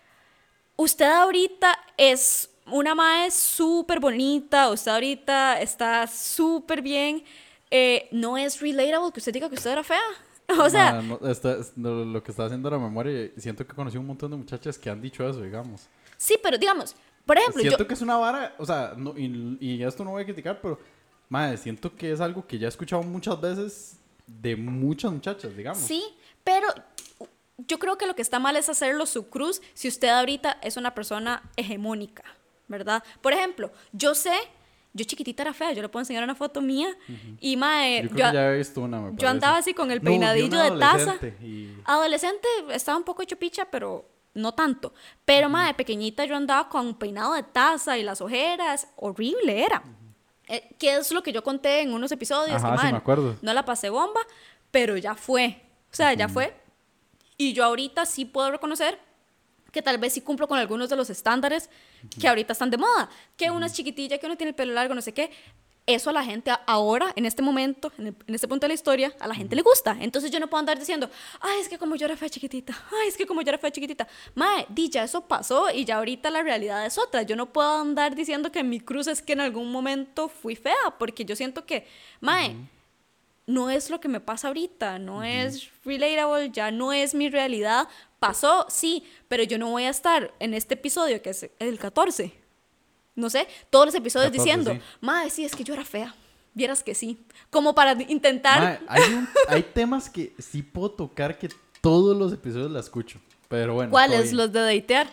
usted ahorita es una mae súper bonita, usted ahorita está súper bien. No es relatable que usted diga que usted era fea. O sea,
Mae, lo que está haciendo la memoria, siento que conocí un montón de muchachas que han dicho eso, digamos.
sí, pero digamos, por ejemplo,
Siento que es una vara, o sea, no, y esto no voy a criticar, pero, madre, siento que es algo que ya he escuchado muchas veces de muchas muchachas, digamos.
sí, pero yo creo que lo que está mal es hacerlo su cruz si usted ahorita es una persona hegemónica, ¿verdad? Por ejemplo, yo chiquitita era fea, yo le puedo enseñar una foto mía y mae,
Yo creo que ya he visto una, me parece.
yo andaba así con el
No, vi
peinadillo
una
de taza.
adolescente y-
Adolescente estaba un poco hecho picha, pero no tanto. Pero mae, pequeñita yo andaba con peinado de taza y las ojeras, horrible era. Que es lo que yo conté en unos episodios.
Ajá,
que,
sí
mae,
me acuerdo.
no la pasé bomba, pero ya fue. O sea, ya fue. Y yo ahorita sí puedo reconocer que tal vez sí cumplo con algunos de los estándares que ahorita están de moda. Que una es chiquitilla, que uno tiene el pelo largo, no sé qué. Eso a la gente ahora, en este momento, en este punto de la historia, a la gente le gusta. Entonces yo no puedo andar diciendo, ay, es que como yo era fea chiquitita, ay, es que como yo era fea chiquitita. Mae, ya eso pasó y ya ahorita la realidad es otra. Yo no puedo andar diciendo que mi cruz es que en algún momento fui fea, porque yo siento que, mae, no es lo que me pasa ahorita, no es relatable, ya no es mi realidad. Pasó, sí, pero yo no voy a estar en este episodio, que es el 14, no sé, todos los episodios
14,
diciendo,
sí.
madre, sí, es que yo era fea, vieras que sí, como para intentar...
Mae, hay temas que sí puedo tocar que todos los episodios la escucho, pero bueno.
¿Cuáles?
todo bien.
Los de datear.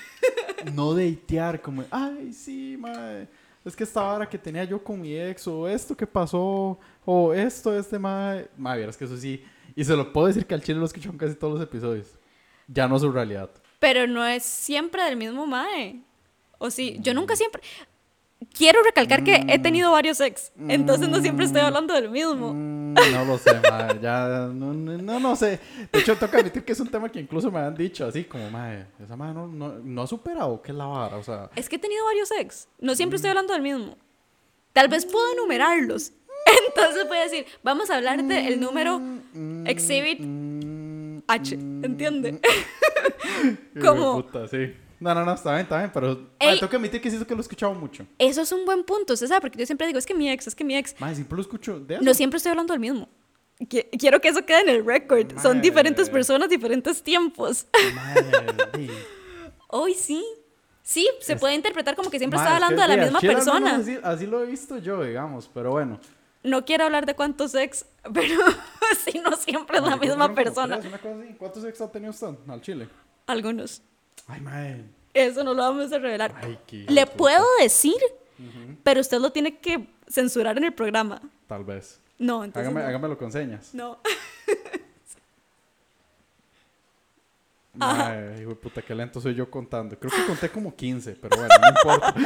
No datear, como, ay, sí, mae, es que esta vara que tenía yo con mi ex, o esto que pasó, o esto, mae, vieras que eso sí, y se lo puedo decir que al chile lo escucho en casi todos los episodios, ya no es su realidad.
Pero no es siempre del mismo mae. O sí, yo nunca siempre... Quiero recalcar que he tenido varios ex, entonces no siempre estoy hablando del mismo.
No lo sé, mae, ya, no sé. De hecho, tengo que admitir que es un tema que incluso me han dicho así, como, mae, esa mae no ha superado, ¿qué es la vara? O sea,
Es que he tenido varios ex, no siempre estoy hablando del mismo. Tal vez puedo enumerarlos. Entonces voy a decir, vamos a hablar del número Exhibit H, ¿entiende? Como...
puta, sí. No, está bien, pero
Ey.
mae, tengo que admitir que sí, es que lo he escuchado mucho.
Eso es un buen punto, ¿usted sabe? Porque yo siempre digo, es que mi ex.
Mae, siempre lo escucho de eso.
No siempre estoy hablando del mismo. Quiero que eso quede en el record. Son
Madre.
diferentes personas, diferentes tiempos.
Mae,
Hoy sí. Sí, se puede interpretar como que siempre
mae,
está
es que,
hablando de la
vea,
misma
chile, al
persona.
menos así lo he visto yo, digamos, pero bueno.
No quiero hablar de cuántos ex, pero sí, no siempre es la
Mae, creo que
misma
fueron como
persona.
3, una cosa así. ¿Cuántos ex ha tenido usted al chile?
Algunos.
Ay, mae.
Eso no lo vamos a revelar.
Ay, qué
Le
puta.
puedo decir, pero usted lo tiene que censurar en el programa.
Tal vez.
No, entonces. no.
Hágamelo con señas.
No.
Mae, hijo de puta, qué lento soy yo contando. Creo que conté como 15, pero bueno, no importa.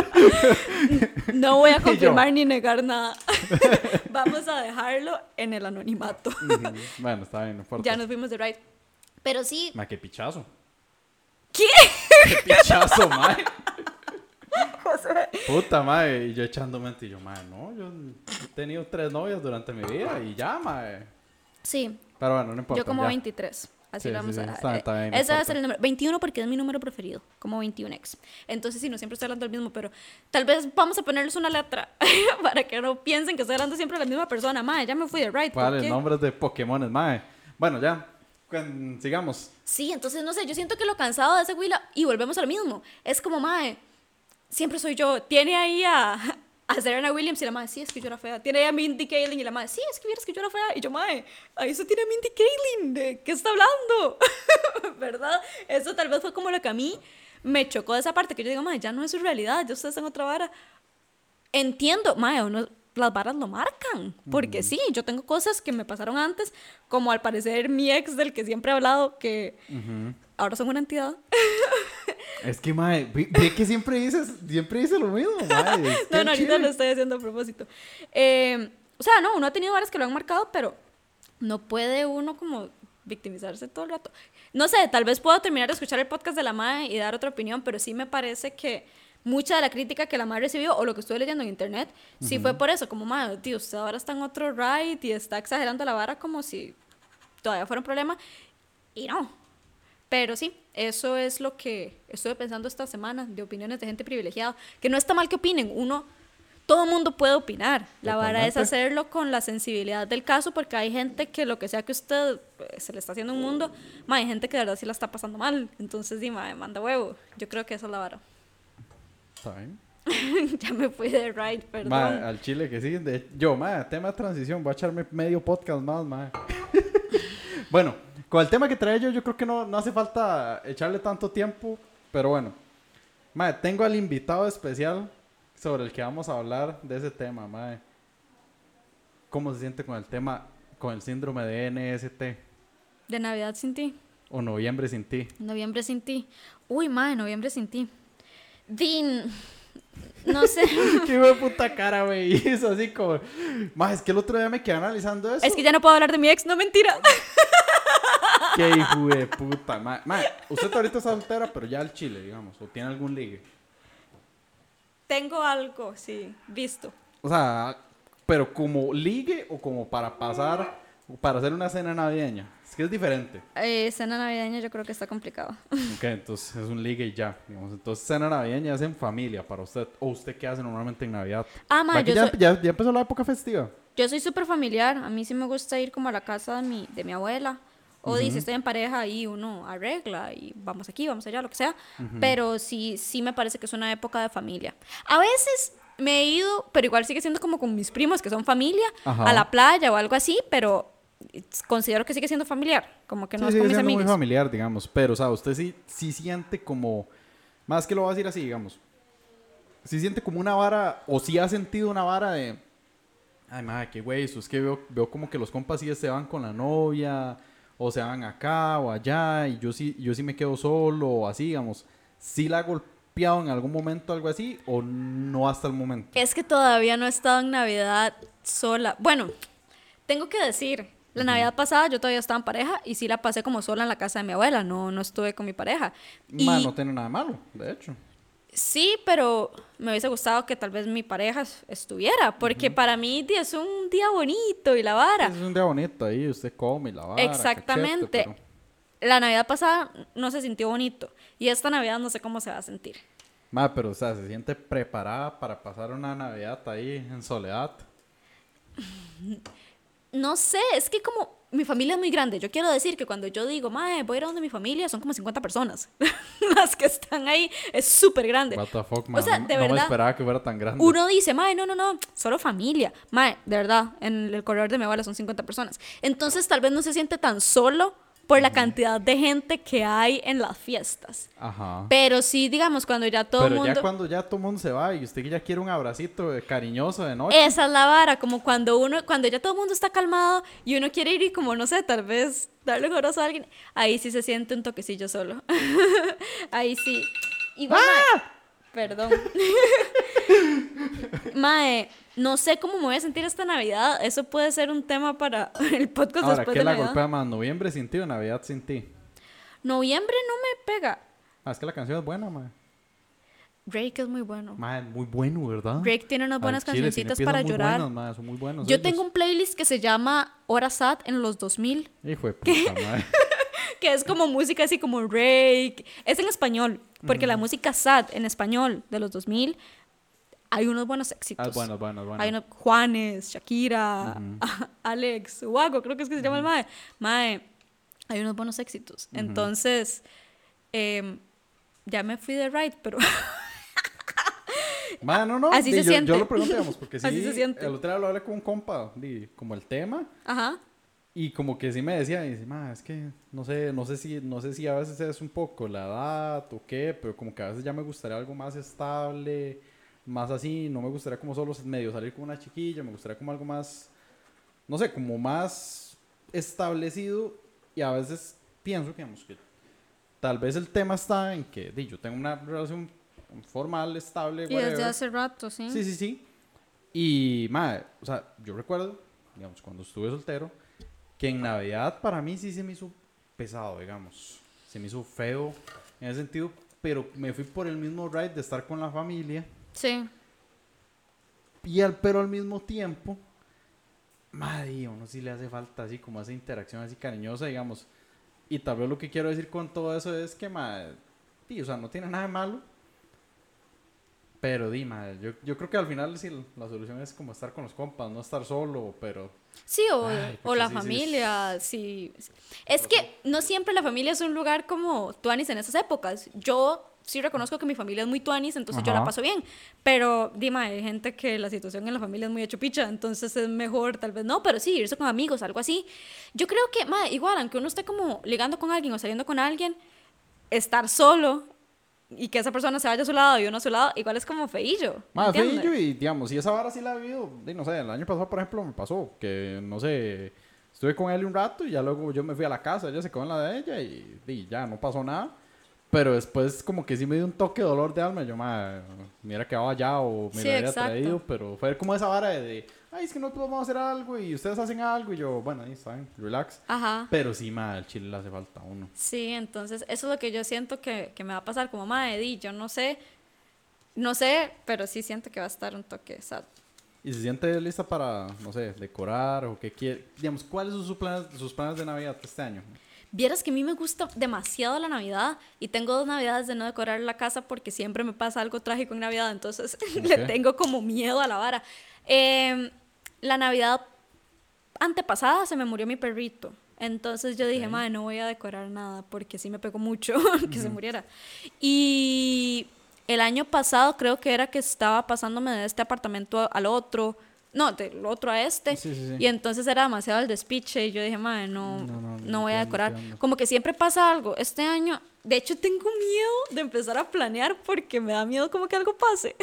No voy a
Y yo.
confirmar ni negar nada. Vamos a dejarlo en el anonimato.
Ujú. Bueno, está bien, no importa.
Ya nos fuimos de ride. Pero sí.
Mae, qué pichazo.
¿Qué?
Qué pichazo, mae. Puta, mae. Y yo echando mente y yo, mae, no, yo he tenido 3 novias durante mi vida y ya, mae.
Sí,
Pero bueno, no importa.
yo como
ya.
23. Así
Sí,
lo vamos
sí,
a
sí,
dejar.
está bien, no
Ese va a
importa.
ser el número. 21 porque es mi número preferido. Como 21x. Entonces, sí, no siempre estoy hablando del mismo, pero tal vez vamos a ponerles una letra para que no piensen que estoy hablando siempre de la misma persona. Mae, ya me fui de ride. ¿por
Vale,
qué?
nombres de Pokémones, mae. Bueno, ya. Sigamos.
Sí, entonces no sé, yo siento que lo cansado de ese Willa, y volvemos a lo mismo, es como, mae, siempre soy yo. Tiene ahí a Serena Williams y la madre, sí, es que yo era fea. Tiene ahí a Mindy Kaling y la madre, sí, es que vieras que yo era fea. Y yo, madre, ahí eso tiene a Mindy Kaling, ¿de qué está hablando? ¿Verdad? Eso tal vez fue como lo que a mí me chocó de esa parte, que yo digo, madre, ya no es su realidad, ya ustedes están en otra vara. Entiendo, madre, uno, las varas lo marcan, porque sí, yo tengo cosas que me pasaron antes, como al parecer mi ex del que siempre he hablado, que ahora son una entidad.
Es que, mae, ve que siempre dices lo mismo, mae.
No, ahorita lo estoy haciendo a propósito. O sea, no, uno ha tenido varas que lo han marcado, pero no puede uno como victimizarse todo el rato. No sé, tal vez puedo terminar de escuchar el podcast de la MAE y dar otra opinión, pero sí me parece que mucha de la crítica que la MAE recibió, o lo que estuve leyendo en internet, sí fue por eso, como, MAE, tío, usted ahora está en otro ride y está exagerando la vara como si todavía fuera un problema, y no. Pero sí, eso es lo que estuve pensando esta semana, de opiniones de gente privilegiada, que no está mal que opinen, todo el mundo puede opinar, la vara es hacerlo con la sensibilidad del caso, porque hay gente que lo que sea que usted se le está haciendo un mundo, hay gente que de verdad sí la está pasando mal, entonces sí, manda huevo, yo creo que esa es la vara.
¿Está bien?
Ya me fui de ride, perdón.
Al chile que sí, tema de transición, voy a echarme medio podcast más, Bueno, con el tema que trae yo creo que no hace falta echarle tanto tiempo, pero bueno. Tengo al invitado especial sobre el que vamos a hablar de ese tema, ¿Cómo se siente con el tema, con el síndrome de NST?
¿De Navidad sin ti?
¿O Noviembre sin ti?
Noviembre sin ti. Uy, Noviembre sin ti. No sé.
Qué de puta cara, güey. Es así como... es que el otro día me quedé analizando eso.
Es que ya no puedo hablar de mi ex, no, mentira.
Qué hijo de puta, usted ahorita está soltera, pero ya al chile, digamos, o tiene algún ligue.
Tengo algo, sí, visto.
O sea, pero como ligue o como para pasar, para hacer una cena navideña. Es que es diferente.
Cena navideña yo creo que está complicado.
Ok, entonces es un ligue y ya. Digamos. Entonces cena navideña es en familia para usted. ¿O usted qué hace normalmente en Navidad? Ya empezó la época festiva.
Yo soy súper familiar. A mí sí me gusta ir como a la casa de mi abuela. O si estoy en pareja, ahí uno arregla y vamos aquí, vamos allá, lo que sea. Pero sí me parece que es una época de familia. A veces me he ido, pero igual sigue siendo como con mis primos, que son familia, a la playa o algo así, pero considero que sigue siendo familiar. Como que no es con mis amigos.
Muy familiar, digamos. Pero, o sea, usted sí siente como... Más que lo voy a decir así, digamos. Sí siente como una vara, o sí ha sentido una vara de... Ay, madre, qué güey, eso es que veo como que los compas sí se van con la novia... O se van acá o allá y yo sí me quedo solo o así, digamos. ¿Sí la ha golpeado en algún momento algo así o no hasta el momento?
Es que todavía no he estado en Navidad sola. Bueno, tengo que decir, la Navidad pasada yo todavía estaba en pareja y sí la pasé como sola en la casa de mi abuela, no estuve con mi pareja.
No tiene nada malo, de hecho.
Sí, pero me hubiese gustado que tal vez mi pareja estuviera, porque para mí es un día bonito y la vara.
Es un día bonito ahí, usted come y la vara.
Exactamente.
Cachete,
La Navidad pasada no se sintió bonito y esta Navidad no sé cómo se va a sentir.
Pero o sea, ¿se siente preparada para pasar una Navidad ahí en soledad?
No sé, es que como mi familia es muy grande. Yo quiero decir que cuando yo digo, voy a ir a donde mi familia, son como 50 personas. Las que están ahí es súper grande.
What the fuck, man.
O sea, de verdad,
no me esperaba que fuera tan grande.
Uno dice, no, solo familia. De verdad, en el corredor de mi abuela son 50 personas. Entonces tal vez no se siente tan solo por la cantidad de gente que hay en las fiestas.
Ajá.
Pero sí, digamos, cuando ya todo el mundo...
Pero ya cuando ya todo el mundo se va y usted ya quiere un abracito cariñoso de noche.
Esa es la vara, como cuando ya todo el mundo está calmado y uno quiere ir y como, no sé, tal vez darle un abrazo a alguien, ahí sí se siente un toquecillo solo. Ahí sí. Igual, perdón. No sé cómo me voy a sentir esta Navidad. Eso puede ser un tema para el podcast
ahora,
después
¿qué
de
la
Navidad.
golpea más? ¿Noviembre sin ti o Navidad sin ti?
Noviembre no me pega.
Es que la canción es buena, mae.
Drake es muy bueno.
Muy bueno, ¿verdad?
Drake tiene unas buenas cancioncitas para
muy
llorar.
Buenas, son muy buenos.
Yo tengo un playlist que se llama Hora Sad en los 2000.
Hijo de puta, madre.
Que es como música así como Drake. Es en español, porque la música sad en español de los 2000 hay unos buenos éxitos.
Buenos.
Hay unos Juanes, Shakira, Alex, Ubago, creo que es que se llama el mae. hay unos buenos éxitos. Entonces, ya me fui de ride, pero
Bueno, no,
así se siente.
Yo lo pregunté, digamos, porque sí,
Así se siente.
el otro día lo hablé con un compa, como el tema,
Ajá.
y como que sí me decía, y dice, es que no sé si a veces es un poco la edad o qué, pero como que a veces ya me gustaría algo más estable, más así, no me gustaría como solo medio salir con una chiquilla, me gustaría como algo más, no sé, como más establecido, y a veces pienso que, digamos, que tal vez el tema está en que yo tengo una relación formal, estable,
Y desde
whatever.
hace rato, sí.
Sí. Y, o sea, yo recuerdo, digamos, cuando estuve soltero, que en Navidad para mí sí se me hizo pesado, digamos. Se me hizo feo en ese sentido, pero me fui por el mismo ride de estar con la familia.
Sí.
Pero al mismo tiempo, a uno sí le hace falta así como esa interacción así cariñosa, digamos. Y tal vez lo que quiero decir con todo eso es que, o sea, no tiene nada de malo. Pero yo creo que al final sí la solución es como estar con los compas, no estar solo, pero...
Sí, o la
sí,
familia, sí. Es que no siempre la familia es un lugar como tuanis en esas épocas. Yo sí reconozco que mi familia es muy tuanis, entonces yo la paso bien. Pero, hay gente que la situación en la familia es muy hecho picha, entonces es mejor, tal vez no, pero sí, irse con amigos, algo así. Yo creo que, igual, aunque uno esté como ligando con alguien o saliendo con alguien, estar solo y que esa persona se vaya a su lado y uno a su lado, igual es como feillo.
Feillo y, digamos, si esa vara sí la he vivido, no sé, el año pasado, por ejemplo, me pasó que, no sé, estuve con él un rato y ya luego yo me fui a la casa, ella se quedó en la de ella y ya, no pasó nada. Pero después como que sí me dio un toque de dolor de alma. Yo, me hubiera quedado allá o me lo hubiera traído. Pero fue como esa vara de, ay, es que no podemos hacer algo y ustedes hacen algo. Y yo, bueno, ahí está bien, relax.
Ajá.
Pero sí, el chile le hace falta a uno.
Sí, entonces eso es lo que yo siento que me va a pasar como yo no sé, pero sí siento que va a estar un toque sad.
¿Y se siente lista para, no sé, decorar o qué quiere? Digamos, ¿cuáles son sus planes de Navidad este año?
Vieras que a mí me gusta demasiado la Navidad y tengo 2 Navidades de no decorar la casa porque siempre me pasa algo trágico en Navidad, entonces le tengo como miedo a la vara. La Navidad antepasada se me murió mi perrito, entonces yo dije, no voy a decorar nada porque sí me pegó mucho que se muriera. Y el año pasado creo que era que estaba pasándome de este apartamento al otro. No, del otro a este.
Sí.
Y entonces era demasiado el despiche. Y yo dije, no voy a decorar. Como que siempre pasa algo. Este año, de hecho, tengo miedo de empezar a planear porque me da miedo como que algo pase.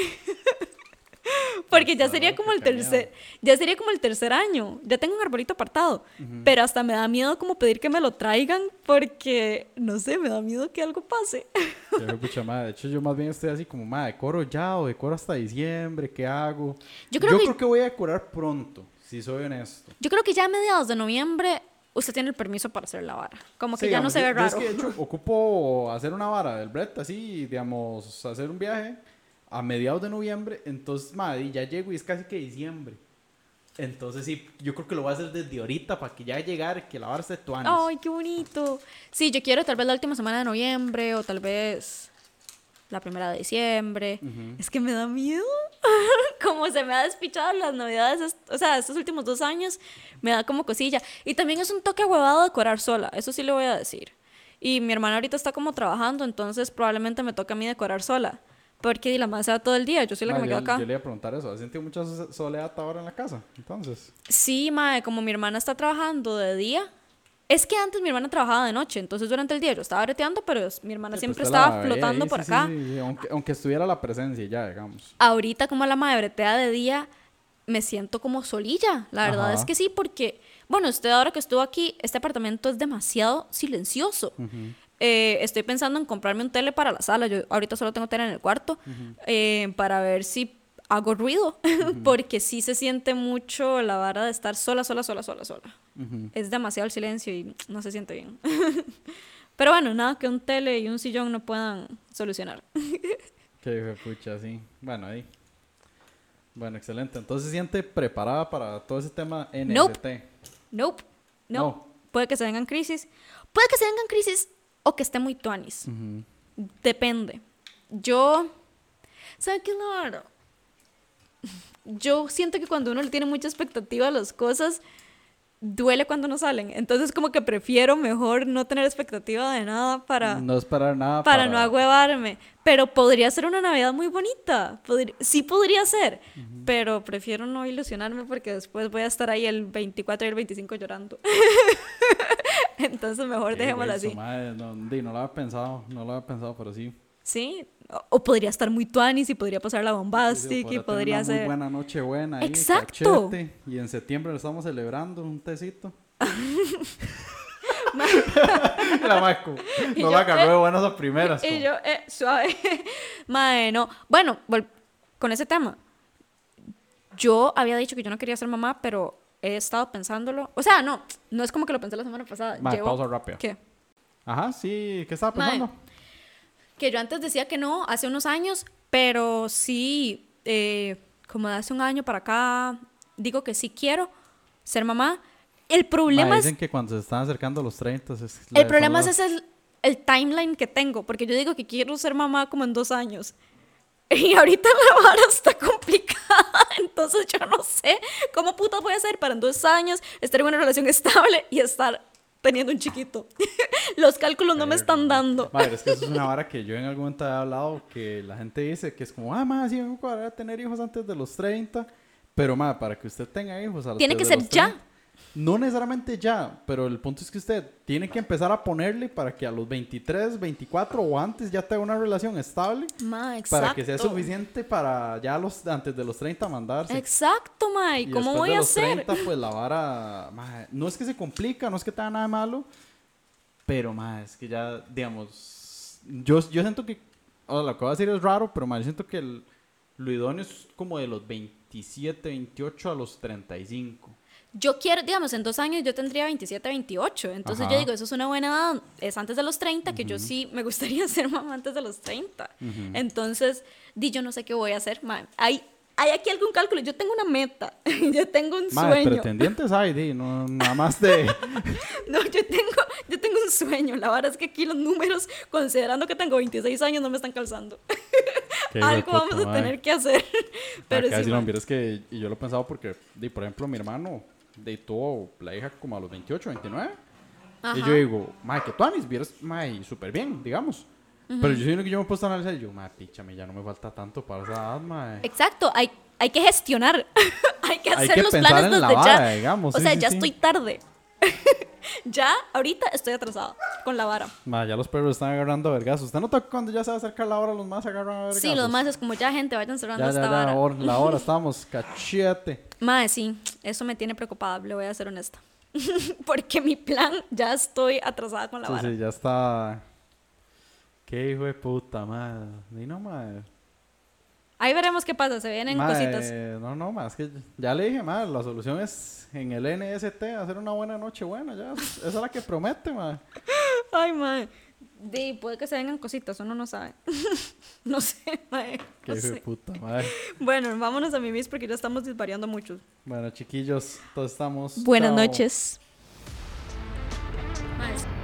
Porque ya sería como el tercer año. Ya tengo un arbolito apartado. Pero hasta me da miedo como pedir que me lo traigan porque, no sé, me da miedo que algo pase.
De hecho, yo más bien estoy así como, decoro ya o decoro hasta diciembre, ¿qué hago?
Yo creo
que voy a decorar pronto, si soy honesto.
Yo creo que ya a mediados de noviembre usted tiene el permiso para hacer la vara. Como que ya no se ve raro.
Es que de hecho ocupo hacer una vara del Brett, así, digamos, hacer un viaje a mediados de noviembre, entonces, ya llego y es casi que diciembre. Entonces sí, yo creo que lo voy a hacer desde ahorita para que ya llegar, que la vara esté tuanis.
¡Ay, qué bonito! Sí, yo quiero tal vez la última semana de noviembre o tal vez la primera de diciembre. Es que me da miedo. Como se me ha despichado las navidades, o sea, estos últimos 2 años, me da como cosilla. Y también es un toque huevado decorar sola, eso sí le voy a decir. Y mi hermana ahorita está como trabajando, entonces probablemente me toca a mí decorar sola. Porque la madre se va todo el día, yo soy la que me quedo acá.
Yo le iba a preguntar eso, ¿has sentido mucha soledad ahora en la casa? Entonces.
Sí, mae, como mi hermana está trabajando de día. Es que antes mi hermana trabajaba de noche, entonces durante el día yo estaba breteando, pero mi hermana siempre estaba flotando por acá.
Sí. Aunque estuviera la presencia ya, digamos.
Ahorita como la madre bretea de día, me siento como solilla. La verdad es que sí, porque, bueno, usted ahora que estuvo aquí, este apartamento es demasiado silencioso. Estoy pensando en comprarme un tele para la sala. Yo ahorita solo tengo tele en el cuarto, para ver si hago ruido, porque sí se siente mucho la vara de estar sola. Es demasiado el silencio y no se siente bien. Pero bueno, nada que un tele y un sillón no puedan solucionar.
Qué pucha, sí. Bueno, ahí. Bueno, excelente. Entonces se siente preparada para todo ese tema NFT.
Nope. No. Puede que se vengan crisis. O que esté muy tuanis. Depende. ¿Sabe qué es la verdad? Yo siento que cuando uno le tiene mucha expectativa a las cosas, duele cuando no salen. Entonces como que prefiero mejor no tener expectativa de nada para...
No esperar nada
para no agüevarme. Pero podría ser una Navidad muy bonita. Sí podría ser. Pero prefiero no ilusionarme porque después voy a estar ahí el 24 y el 25 llorando. Entonces mejor dejémoslo así.
Madre, no lo había pensado, pero sí.
Sí, o podría estar muy tuanis y podría pasar la bombastic
Sí,
y podría ser...
muy buena noche buena ahí,
exacto.
cachete, y en septiembre lo estamos celebrando, un tecito. La Maco, no la agarró de buenas a primeras.
Y yo, suave. Mae, no. Bueno, con ese tema. Yo había dicho que yo no quería ser mamá, pero he estado pensándolo. O sea, no es como que lo pensé la semana pasada.
Mae, pausa rápida.
¿Qué?
Ajá, sí, ¿qué estaba pensando?
Mae, que yo antes decía que no, hace unos años, pero sí, como de hace un año para acá, digo que sí quiero ser mamá. El problema
dicen que cuando se están acercando a los 30
el problema es el timeline que tengo, porque yo digo que quiero ser mamá como en 2 años. Y ahorita la vara está complicada, entonces yo no sé cómo puta voy a hacer para en 2 años estar en una relación estable y estar teniendo un chiquito. Los cálculos no me están dando.
Madre, es que eso es una vara que yo en algún momento he hablado, que la gente dice que es como, madre, sí, me cuadra tener hijos antes de los 30, pero madre, para que usted tenga hijos a los
tiene que ser
30,
ya.
No necesariamente ya, pero el punto es que usted tiene que empezar a ponerle para que a los 23, 24 o antes ya tenga una relación estable. Para que sea suficiente para ya antes de los 30 mandarse.
Exacto, ma. ¿Y cómo voy a hacer?
Después de los 30, pues la vara, ma, no es que se complica, no es que tenga nada de malo, pero ma, es que ya, digamos, yo siento que, lo que voy a decir es raro, pero ma, yo siento que lo idóneo es como de los 27, 28 a los 35.
Yo quiero, digamos, en 2 años yo tendría 27, 28. Entonces yo digo, eso es una buena edad. Es antes de los 30, que yo sí me gustaría ser mamá antes de los 30. Entonces, yo no sé qué voy a hacer. ¿Hay aquí algún cálculo? Yo tengo una meta. Yo tengo un sueño.
Pretendientes hay, no, nada más de...
No, yo tengo un sueño. La verdad es que aquí los números, considerando que tengo 26 años, no me están calzando. Algo vamos a tener que hacer. Pero
sí,
sí,
no, es que y yo lo he pensado porque, por ejemplo, mi hermano tuvo la hija como a los 28, 29. Ajá. Y yo digo, mae, que tú Anis, vieras, mae, súper bien, digamos. Pero yo siento que yo me he puesto a analizar y yo, mae, píchame, ya no me falta tanto para esa edad, mae.
Exacto, hay que gestionar. Hay que hacer los planes desde ya.
Digamos.
O sea, ya estoy tarde. Ya, ahorita estoy atrasada con la vara.
Ya los perros están agarrando a vergazos. ¿Usted nota que cuando ya se va a acercar la hora los más agarran a vergazos?
Sí, los más es como ya, gente, vayan cerrando esta vara.
La hora estamos, cachete.
Mae, sí, eso me tiene preocupada, le voy a ser honesta. Porque mi plan, ya estoy atrasada con la vara.
Sí, ya está. Qué hijo de puta, madre. Y no, madre.
Ahí veremos qué pasa, se vienen cositas.
No, más que ya le dije, madre, la solución es en el NST hacer una buena noche buena, ya. Esa es la que promete, madre.
Ay, madre. Puede que se vengan cositas, uno no sabe. No sé, madre.
Qué hijo de puta, madre.
Bueno, vámonos a mimis porque ya estamos disvariando mucho.
Bueno, chiquillos, todos estamos.
Buenas noches. Madre.